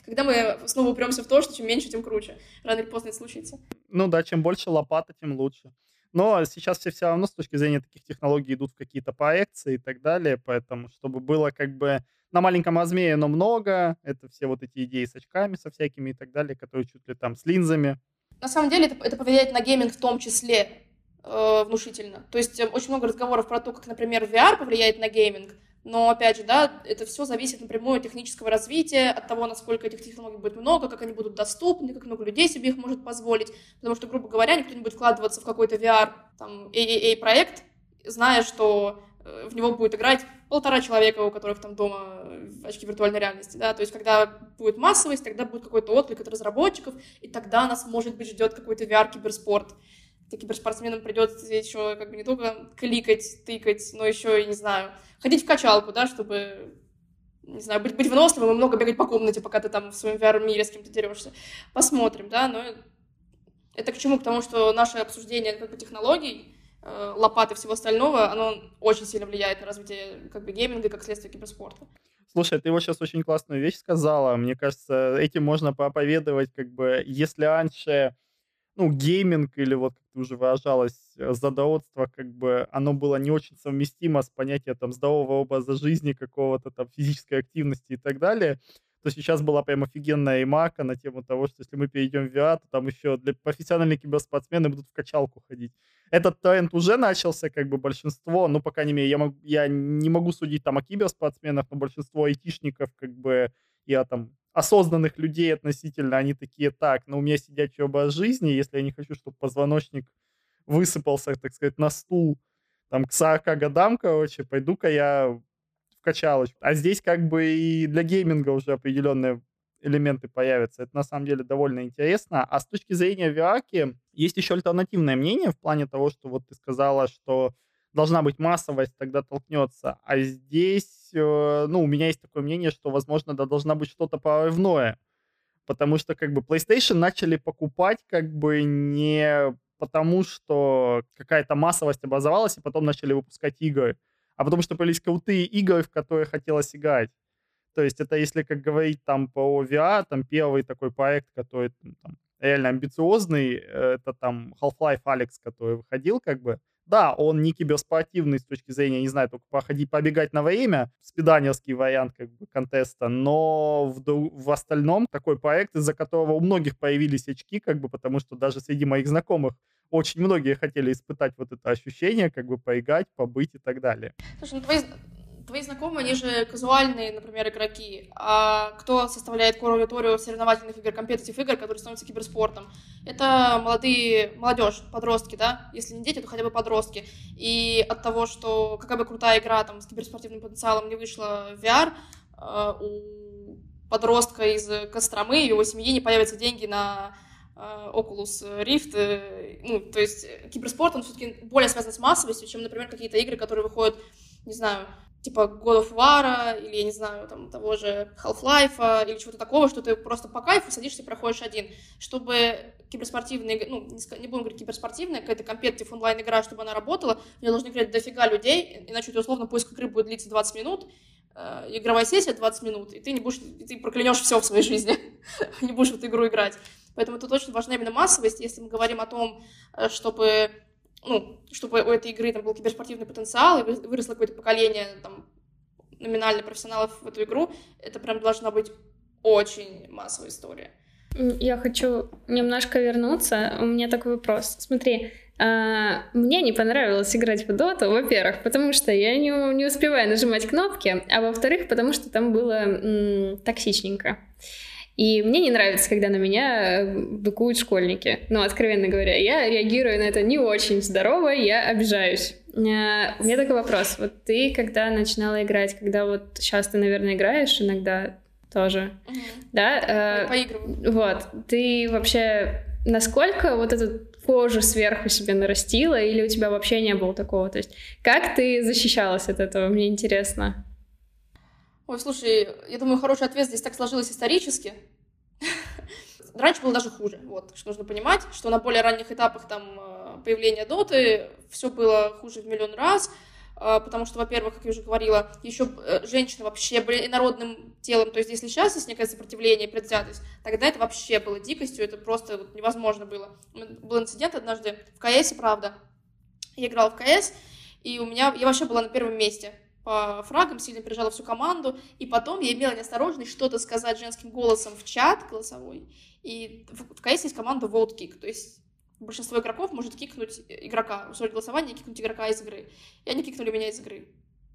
мы снова упремся в то, что чем меньше, тем круче. Рано или поздно это случится. Ну да, чем больше лопата, тем лучше. Но сейчас все равно с точки зрения таких технологий идут в какие-то проекции и так далее, поэтому чтобы было как бы на маленьком размере, но много, это все вот эти идеи с очками, со всякими и так далее, которые чуть ли там с линзами. На самом деле это повлияет на гейминг в том числе внушительно. То есть очень много разговоров про то, как, например, VR повлияет на гейминг, но, опять же, да, это все зависит напрямую от технического развития, от того, насколько этих технологий будет много, как они будут доступны, как много людей себе их может позволить, потому что, грубо говоря, никто не будет вкладываться в какой-то VR, там, AAA-проект, зная, что в него будет играть 1,5 человека, у которых там дома очки виртуальной реальности, да, то есть когда будет массовость, тогда будет какой-то отклик от разработчиков, и тогда нас, может быть, ждет какой-то VR-киберспорт. Киберспортсменам придется еще как бы не только кликать, тыкать, но еще и, не знаю, ходить в качалку, да, чтобы, не знаю, быть выносливым и много бегать по комнате, пока ты там в своем VR-мире с кем-то дерешься. Посмотрим, да, но это к чему? К тому, что наше обсуждение как бы технологий, лопат и всего остального, оно очень сильно влияет на развитие как бы гейминга, как следствие киберспорта. Слушай, ты вот сейчас очень классную вещь сказала. Мне кажется, этим можно проповедовать, как бы, если раньше, ну, гейминг или вот, как ты уже выражалась, задоотство, как бы, оно было не очень совместимо с понятием там здорового образа жизни, какого-то там физической активности и так далее, то сейчас была прям офигенная ремарка на тему того, что если мы перейдем в VR, то там еще для профессиональных киберспортсмены будут в качалку ходить. Этот тренд уже начался, как бы большинство, ну, по крайней мере, я не могу судить там о киберспортсменах, но большинство айтишников, как бы, я там осознанных людей относительно, они такие, так, ну, у меня сидячий образ жизни, если я не хочу, чтобы позвоночник высыпался, так сказать, на стул, там, к 40 годам, короче, пойду-ка я в качалочку. А здесь как бы и для гейминга уже определенные элементы появятся. Это на самом деле довольно интересно. А с точки зрения VR есть еще альтернативное мнение в плане того, что вот ты сказала, что должна быть массовость, тогда толкнется. А здесь, ну, у меня есть такое мнение, что, возможно, да, должна быть что-то прорывное. Потому что, как бы, PlayStation начали покупать, как бы, не потому, что какая-то массовость образовалась, и потом начали выпускать игры, а потому что появились крутые игры, в которые хотелось играть. То есть это, если, как говорить там по VR, там первый такой проект, который там, реально амбициозный, это там Half-Life Alyx, который выходил, как бы. Да, он не киберспортивный с точки зрения, не знаю, только побегать на время, спиданерский вариант как бы контеста, но в остальном такой проект, из-за которого у многих появились очки, как бы, потому что даже среди моих знакомых очень многие хотели испытать вот это ощущение, как бы поиграть, побыть и так далее. Слушай, ну твои знакомые, они же казуальные, например, игроки. А кто составляет core-аудиторию соревновательных игр, компетитив игр, которые становятся киберспортом? Это молодежь, подростки, да? Если не дети, то хотя бы подростки. И от того, что какая бы крутая игра там с киберспортивным потенциалом не вышла в VR, у подростка из Костромы и его семьи не появятся деньги на Oculus Rift. Ну, то есть киберспорт, он все-таки более связан с массовостью, чем, например, какие-то игры, которые выходят, не знаю, типа God of War, или, я не знаю, там, того же Half-Life, или чего-то такого, что ты просто по кайфу садишься и проходишь один. Чтобы киберспортивная, ну, не будем говорить киберспортивная, какая-то компетитив онлайн-игра, чтобы она работала, в нее должны играть дофига людей, иначе, условно, поиск игры будет длиться 20 минут, игровая сессия 20 минут, и ты проклянешь все в своей жизни, не будешь в эту игру играть. Поэтому тут очень важна именно массовость, если мы говорим о том, чтобы у этой игры там был киберспортивный потенциал, и выросло какое-то поколение там номинально профессионалов в эту игру, это прям должна быть очень массовая история. Я хочу немножко вернуться. У меня такой вопрос. Смотри, мне не понравилось играть в Доту, во-первых, потому что я не успеваю нажимать кнопки, а во-вторых, потому что там было токсичненько. И мне не нравится, когда на меня быкуют школьники. Ну, откровенно говоря, я реагирую на это не очень здорово, я обижаюсь. У меня такой вопрос. Вот ты, когда начинала играть, когда вот сейчас ты, наверное, играешь иногда тоже, да? Поигрываю. Вот. Ты вообще насколько вот эту кожу сверху себе нарастила, или у тебя вообще не было такого? То есть как ты защищалась от этого? Мне интересно. Ой, слушай, я думаю, хороший ответ здесь так сложилось исторически. Раньше было даже хуже, вот, что нужно понимать, что на более ранних этапах там появления доты все было хуже в миллион раз, потому что, во-первых, как я уже говорила, еще женщины вообще были инородным телом, то есть если сейчас есть некое сопротивление, предвзятость, тогда это вообще было дикостью, это просто вот невозможно было. Был инцидент однажды в КСе, правда, я играла в КС, и я вообще была на первом месте по фрагам, сильно пережала всю команду, и потом я имела неосторожность что-то сказать женским голосом в чат голосовой, и в КС есть команда Vote Kick, то есть большинство игроков может кикнуть игрока, устроить голосование и кикнуть игрока из игры. И они кикнули меня из игры.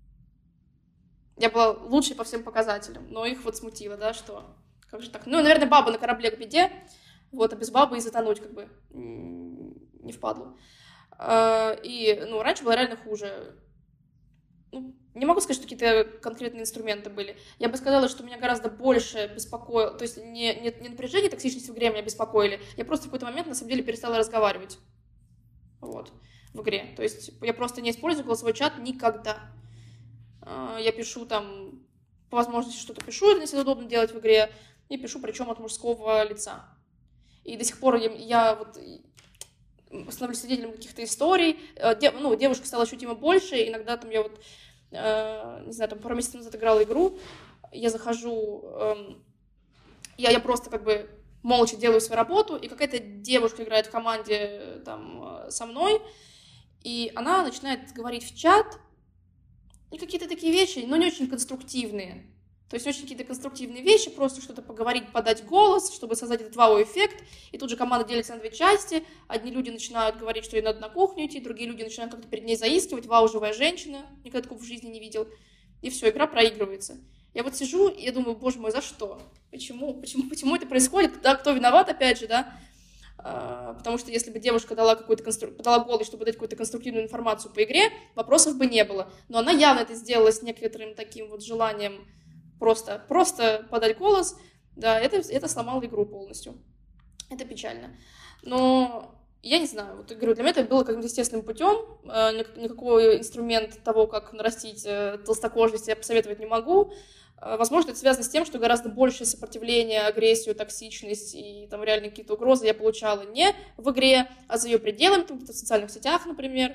Я была лучшей по всем показателям, но их вот смутило, да, что как же так? Ну, наверное, баба на корабле к беде, вот, а без бабы и затонуть как бы не впадлу. И, ну, раньше было реально хуже. Ну, не могу сказать, что какие-то конкретные инструменты были. Я бы сказала, что меня гораздо больше беспокоило, то есть не напряжение, токсичность в игре меня беспокоили, я просто в какой-то момент, на самом деле, перестала разговаривать, вот, в игре. То есть я просто не использую голосовой чат никогда. Я пишу там, по возможности что-то пишу, если это удобно делать в игре, и пишу, причем от мужского лица. И до сих пор я вот становлюсь свидетелем каких-то историй. Девушка стала ощутимо больше, иногда там я вот, не знаю, там пару месяцев назад играла игру, я захожу, я просто как бы молча делаю свою работу, и какая-то девушка играет в команде там со мной, и она начинает говорить в чат, и какие-то такие вещи, но не очень конструктивные. То есть очень какие-то конструктивные вещи, просто что-то поговорить, подать голос, чтобы создать этот вау-эффект. И тут же команда делится на две части. Одни люди начинают говорить, что ей надо на кухню идти, другие люди начинают как-то перед ней заискивать. Вау, живая женщина, никогда такого в жизни не видел. И все, игра проигрывается. Я вот сижу, и я думаю, боже мой, за что? Почему это происходит? Да, кто виноват, опять же, да? Потому что если бы девушка подала голос, чтобы дать какую-то конструктивную информацию по игре, вопросов бы не было. Но она явно это сделала с некоторым таким вот желанием просто подать голос, да, это сломало игру полностью. Это печально. Но я не знаю, вот говорю, для меня это было каким-то естественным путем, никакой инструмент того, как нарастить толстокожесть, я посоветовать не могу. Возможно, это связано с тем, что гораздо больше сопротивления, агрессию, токсичность и там реально какие-то угрозы я получала не в игре, а за ее пределами, там, в социальных сетях, например.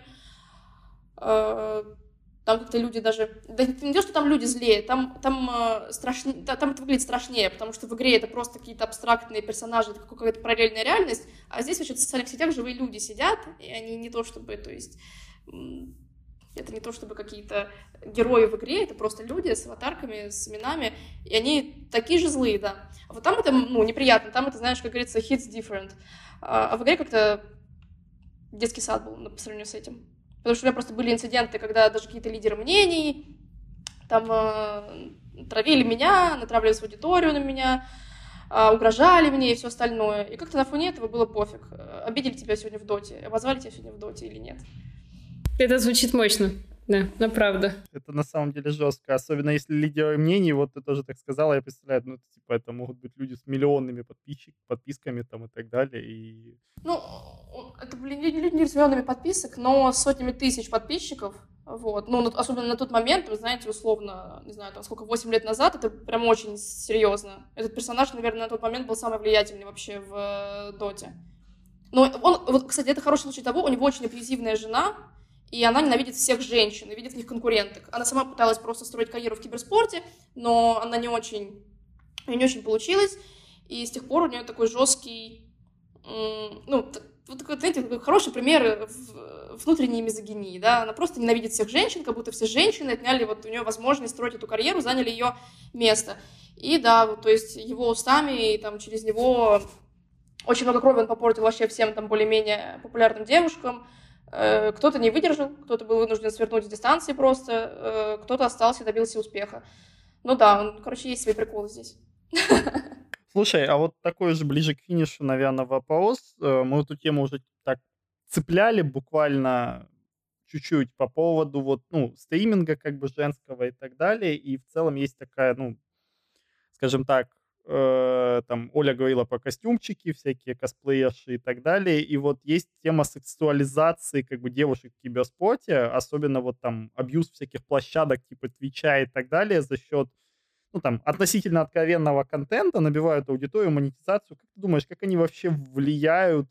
Там как-то люди даже... Да не то, что там люди злее, там это выглядит страшнее, потому что в игре это просто какие-то абстрактные персонажи, это какая-то параллельная реальность, а здесь вообще в социальных сетях живые люди сидят, и они не то чтобы, то есть... Это не то чтобы какие-то герои в игре, это просто люди с аватарками, с именами, и они такие же злые, да. А вот там это, неприятно, там это, знаешь, как говорится, hits different. А в игре как-то детский сад был по сравнению с этим. Потому что у меня просто были инциденты, когда даже какие-то лидеры мнений там травили меня, натравливали свою аудиторию на меня, угрожали мне и все остальное. И как-то на фоне этого было пофиг. Обидели тебя сегодня в доте, обозвали тебя сегодня в доте или нет. Это звучит мощно. Да, но правда. Это на самом деле жестко. Особенно если лидеры мнений, вот ты тоже так сказала, я представляю, это могут быть люди с миллионными подписками там и так далее. И... Это были люди не с миллионами подписок, но с сотнями тысяч подписчиков. Вот. Особенно на тот момент, вы знаете, условно, не знаю, там сколько, 8 лет назад, это прям очень серьезно. Этот персонаж, наверное, на тот момент был самый влиятельный вообще в доте. Но кстати, это хороший случай того, у него очень абьюзивная жена, и она ненавидит всех женщин и видит в них конкуренток. Она сама пыталась просто строить карьеру в киберспорте, но она не очень получилось, и с тех пор у нее такой жесткий, такой, знаете, хороший пример внутренней мизогинии, да, она просто ненавидит всех женщин, как будто все женщины отняли вот у нее возможность строить эту карьеру, заняли ее место. И да, то есть его устами и там через него очень много крови он попортил вообще всем там более-менее популярным девушкам. Кто-то не выдержал, кто-то был вынужден свернуть с дистанции просто, кто-то остался и добился успеха. Есть свои приколы здесь. Слушай, а вот такой же ближе к финишу, наверное, вопрос. Мы эту тему уже так цепляли буквально чуть-чуть по поводу вот, ну, стриминга как бы женского и так далее. И в целом есть такая, ну, скажем так, там Оля говорила про костюмчики, всякие косплеерши и так далее. И вот есть тема сексуализации как бы девушек в киберспорте, особенно вот там абьюз всяких площадок типа Твича и так далее за счет, ну, там, относительно откровенного контента, набивают аудиторию, монетизацию. Как ты думаешь, как они вообще влияют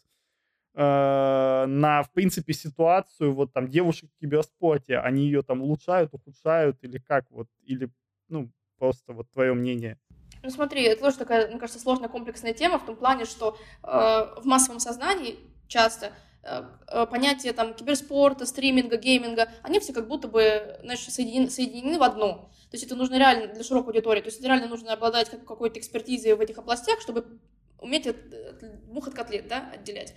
на, в принципе, ситуацию вот там девушек в киберспорте? Они ее там улучшают, ухудшают или как вот? Или, ну, просто вот твое мнение? Ну смотри, это тоже такая, мне кажется, сложная комплексная тема в том плане, что в массовом сознании часто понятия там киберспорта, стриминга, гейминга, они все как будто бы, знаешь, соединены в одно. То есть это нужно реально для широкой аудитории, то есть это реально нужно обладать какой-то экспертизой в этих областях, чтобы уметь мух от котлет, да, отделять.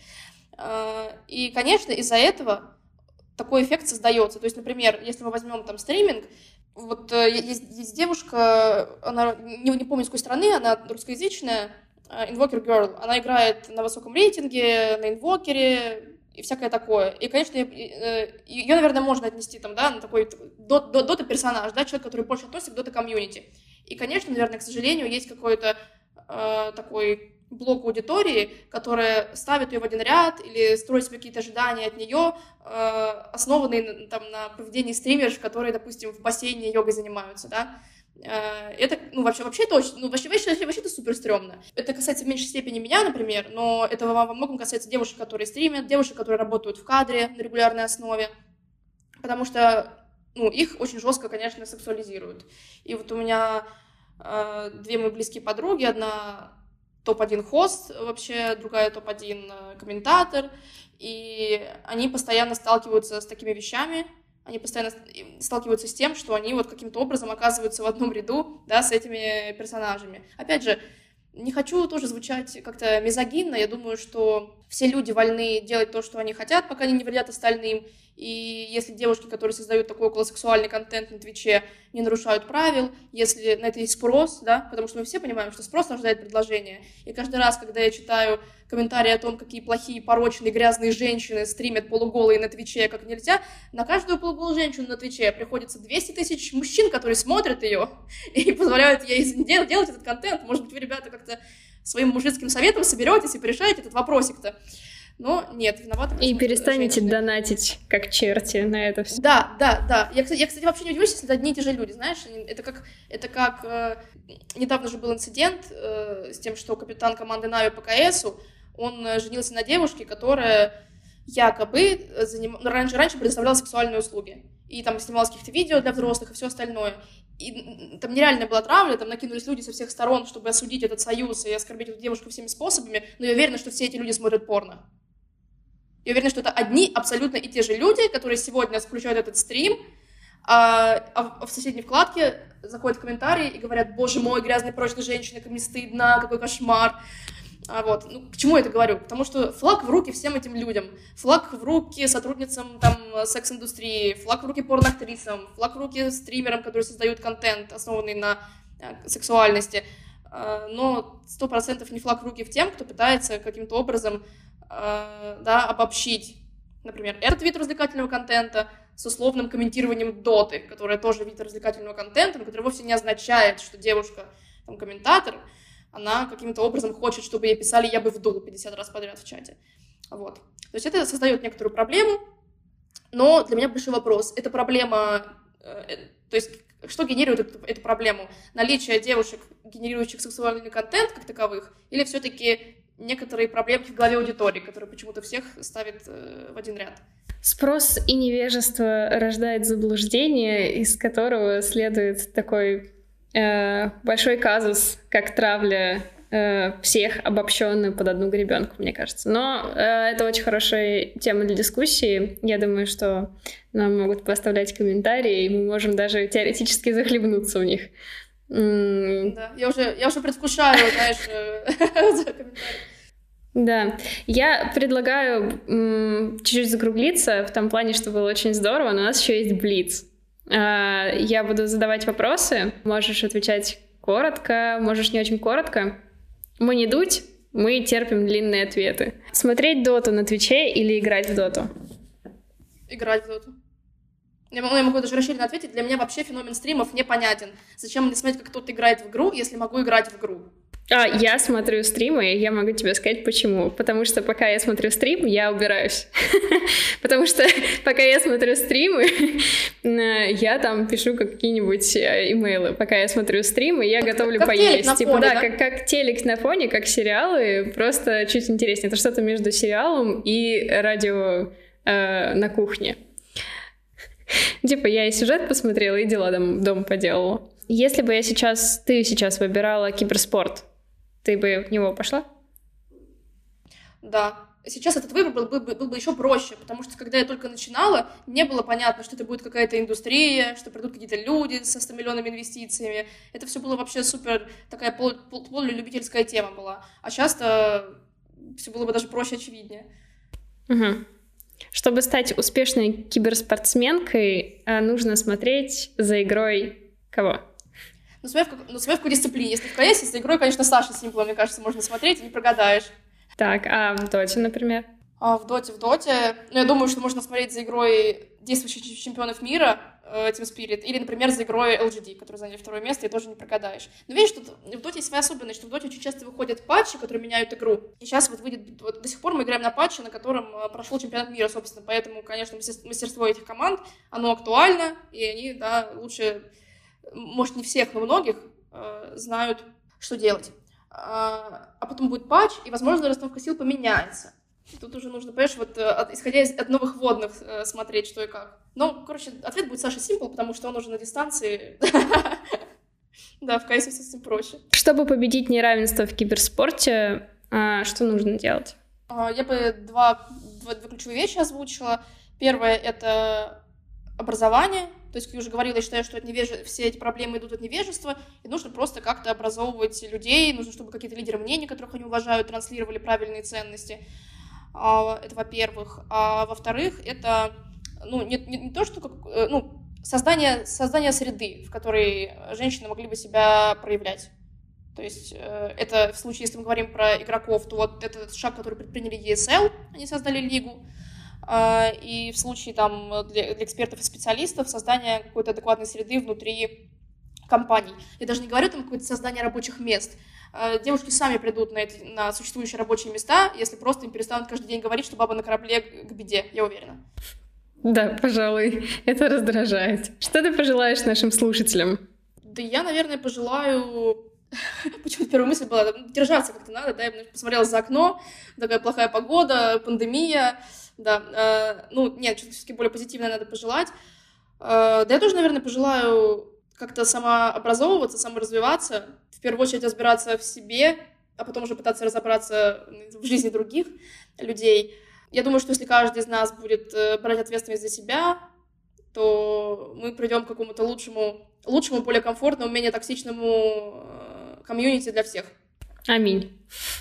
И, конечно, из-за этого такой эффект создается. То есть, например, если мы возьмем там стриминг, вот есть девушка, она, не помню, с какой страны, она русскоязычная, Invoker Girl, она играет на высоком рейтинге, на инвокере и всякое такое. И, конечно, ее, наверное, можно отнести там, да, на такой дота-персонаж, да, человек, который больше относится к дота-комьюнити. И, конечно, наверное, к сожалению, есть какой-то такой блок аудитории, которая ставит ее в один ряд или строит себе какие-то ожидания от нее, основанные там на поведении стримеров, которые, допустим, в бассейне йогой занимаются, да. Это, ну, вообще это очень, ну, вообще это супер стрёмно. Это касается в меньшей степени меня, например, но это во многом касается девушек, которые стримят, девушек, которые работают в кадре на регулярной основе, потому что, ну, их очень жестко, конечно, сексуализируют. И вот у меня две мои близкие подруги, одна топ-1 хост вообще, другая топ-1 комментатор, и они постоянно сталкиваются с такими вещами, они постоянно сталкиваются с тем, что они вот каким-то образом оказываются в одном ряду, да, с этими персонажами. Опять же, не хочу тоже звучать как-то мизогинно, я думаю, что все люди вольны делать то, что они хотят, пока они не вредят остальным, и если девушки, которые создают такой околосексуальный контент на Твиче, не нарушают правил, если на это есть спрос, да, потому что мы все понимаем, что спрос рождает предложение, и каждый раз, когда я читаю комментарии о том, какие плохие, порочные, грязные женщины стримят полуголые на Твиче как нельзя, на каждую полуголую женщину на Твиче приходится 200 тысяч мужчин, которые смотрят ее и позволяют ей делать этот контент. Может быть, вы, ребята, как-то своим мужицким советом соберетесь и порешаете этот вопросик-то. Но нет, виновата. И перестанете донатить, как черти, на это все. Да. Я, кстати, вообще не удивлюсь, если это одни и те же люди, знаешь. Это как недавно же был инцидент с тем, что капитан команды Нави по КСу, он женился на девушке, которая якобы раньше предоставляла сексуальные услуги. И там снималось каких-то видео для взрослых и все остальное. И там нереальная была травля, там накинулись люди со всех сторон, чтобы осудить этот союз и оскорбить эту девушку всеми способами. Но я уверена, что все эти люди смотрят порно. Я уверена, что это одни абсолютно и те же люди, которые сегодня включают этот стрим, а в соседней вкладке заходят в комментарии и говорят: «Боже мой, грязные порочные женщины, как мне стыдно, какой кошмар». Вот. Ну, к чему я это говорю? Потому что флаг в руки всем этим людям, флаг в руки сотрудницам там секс-индустрии, флаг в руки порноактрисам, флаг в руки стримерам, которые создают контент, основанный на сексуальности. Но 100% не флаг в руки в тем, кто пытается каким-то образом обобщить, например, этот вид развлекательного контента с условным комментированием доты, которая тоже вид развлекательного контента, но который вовсе не означает, что девушка, там, комментатор, она каким-то образом хочет, чтобы ей писали «я бы вдул» 50 раз подряд в чате. Вот. То есть это создает некоторую проблему, но для меня большой вопрос. Эта проблема, то есть что генерирует эту проблему? Наличие девушек, генерирующих сексуальный контент как таковых, или все-таки некоторые проблемки в голове аудитории, которые почему-то всех ставят в один ряд? Спрос и невежество рождает заблуждение, из которого следует такой большой казус, как травля всех обобщенную под одну гребенку, мне кажется. Но это очень хорошая тема для дискуссии. Я думаю, что нам могут поставлять комментарии, и мы можем даже теоретически захлебнуться в них. Да, я уже предвкушаю, знаешь, за комментарии. Да, я предлагаю чуть-чуть закруглиться в том плане, что было очень здорово, но у нас еще есть блиц. Я буду задавать вопросы, можешь отвечать коротко, можешь не очень коротко. Мы не дуть, мы терпим длинные ответы. Смотреть доту на Твиче или играть в доту? Играть в доту. Я могу даже расширенно ответить. Для меня вообще феномен стримов непонятен. Зачем мне смотреть, как кто-то играет в игру, если могу играть в игру? Я смотрю стримы, и я могу тебе сказать, почему. Потому что пока я смотрю стрим, я убираюсь. Потому что пока я смотрю стримы, я там пишу какие-нибудь имейлы. Пока я смотрю стримы, я готовлю поесть. Типа, да, как телек на фоне, как сериалы, просто чуть интереснее. Это что-то между сериалом и радио на кухне. Типа, я и сюжет посмотрела, и дела дома поделала. Если бы ты сейчас выбирала киберспорт, ты бы в него пошла? Да. Сейчас этот выбор был бы еще проще, потому что, когда я только начинала, не было понятно, что это будет какая-то индустрия, что придут какие-то люди со 100-миллионными инвестициями. Это все было вообще супер, такая полулюбительская тема была. А сейчас-то все было бы даже проще, очевиднее. Угу. Чтобы стать успешной киберспортсменкой, нужно смотреть за игрой кого? Смотря в какой дисциплине. Если в КС, за игрой, конечно, Саша Симпла, мне кажется, можно смотреть, и не прогадаешь. Так, а в Доте, например? В Доте, я думаю, что можно смотреть за игрой действующих чемпионов мира, Team Spirit, или, например, за игрой LGD, которые заняли 2 место, и тоже не прогадаешь. Но видишь, тут в Доте есть своя особенность, что в Доте очень часто выходят патчи, которые меняют игру. И сейчас до сих пор мы играем на патче, на котором прошел чемпионат мира, собственно, поэтому, конечно, мастерство этих команд, оно актуально, и они, да, лучше, может, не всех, но многих знают, что делать. А потом будет патч, и, возможно, расстановка сил поменяется. Тут уже нужно, понимаешь, исходя от новых вводных смотреть, что и как. Ответ будет Саша Симпл, потому что он уже на дистанции. Да, в КС все с этим проще. Чтобы победить неравенство в киберспорте, что нужно делать? Я бы две ключевые вещи озвучила. Первое — это образование. То есть, как я уже говорила, я считаю, что все эти проблемы идут от невежества, и нужно просто как-то образовывать людей, нужно, чтобы какие-то лидеры мнений, которых они уважают, транслировали правильные ценности. Это во-первых. А во-вторых, это не то, что создание среды, в которой женщины могли бы себя проявлять. То есть это в случае, если мы говорим про игроков, то вот это шаг, который предприняли ESL, они создали лигу. И в случае для экспертов и специалистов создание какой-то адекватной среды внутри компаний. Я даже не говорю там какое-то создание рабочих мест. Девушки сами придут на существующие рабочие места, если просто им перестанут каждый день говорить, что баба на корабле к беде, я уверена. Да, пожалуй, это раздражает. Что ты пожелаешь нашим слушателям? Да я, наверное, пожелаю... Почему-то первая мысль была, держаться как-то надо, да, я посмотрела за окно, такая плохая погода, пандемия, да, нет, что-то все-таки более позитивное надо пожелать. Да я тоже, наверное, пожелаю как-то самообразовываться, саморазвиваться, в первую очередь разбираться в себе, а потом уже пытаться разобраться в жизни других людей. Я думаю, что если каждый из нас будет брать ответственность за себя, то мы придем к какому-то лучшему, более комфортному, менее токсичному комьюнити для всех. Аминь.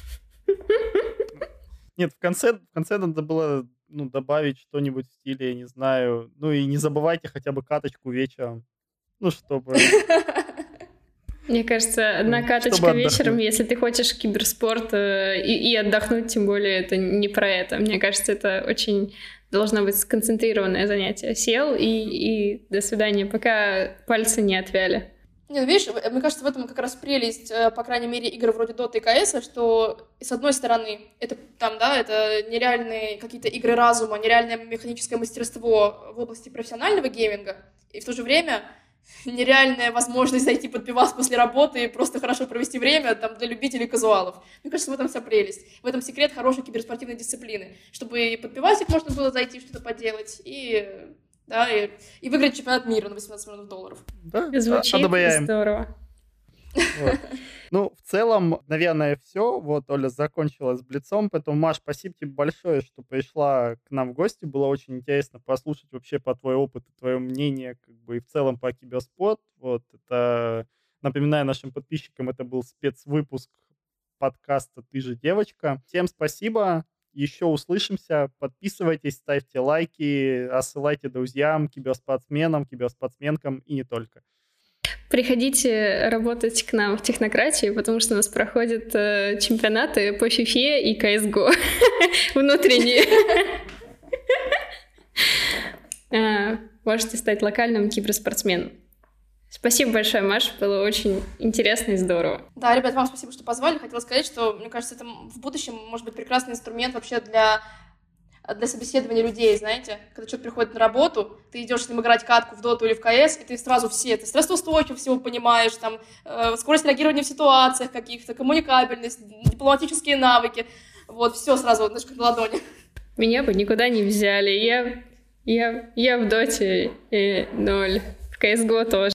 Нет, в конце надо было добавить что-нибудь в стиле, я не знаю, и не забывайте хотя бы каточку вечером, чтобы... Мне кажется, одна каточка вечером, если ты хочешь киберспорт и отдохнуть, тем более это не про это. Мне кажется, это очень должно быть сконцентрированное занятие. Сел и до свидания, пока пальцы не отвяли. Нет, видишь, мне кажется, в этом как раз прелесть, по крайней мере, игр вроде Dota и CS, что, с одной стороны, это это нереальные какие-то игры разума, нереальное механическое мастерство в области профессионального гейминга, и в то же время нереальная возможность зайти под пивас после работы и просто хорошо провести время для любителей казуалов. Мне кажется, в этом вся прелесть. В этом секрет хорошей киберспортивной дисциплины. Чтобы и под пивасик можно было зайти, что-то поделать, и выиграть чемпионат мира на $18 миллионов. Да, звучит здорово. Вот. В целом, наверное, все. Вот Оля закончила с блицом, поэтому, Маш, спасибо тебе большое, что пришла к нам в гости. Было очень интересно послушать вообще по твой опыт и твое мнение, и в целом по киберспорт. Вот это, напоминаю нашим подписчикам, это был спецвыпуск подкаста «Ты же девочка». Всем спасибо. Еще услышимся. Подписывайтесь, ставьте лайки, рассылайте друзьям, киберспортсменам, киберспортсменкам и не только. Приходите работать к нам в технократию, потому что у нас проходят чемпионаты по FIFA и CSGO внутренние. Можете стать локальным киберспортсменом. Спасибо большое, Маш, было очень интересно и здорово. Да, ребят, вам спасибо, что позвали. Хотела сказать, что, мне кажется, это в будущем может быть прекрасный инструмент вообще для собеседования людей, знаете. Когда человек приходит на работу, ты идешь с ним играть катку в доту или в КС, и ты сразу ты стрессоустойчивость всего понимаешь, там, скорость реагирования в ситуациях каких-то, коммуникабельность, дипломатические навыки. Вот, все сразу, знаешь, как на ладони. Меня бы никуда не взяли. Я в доте 0, в CSGO тоже.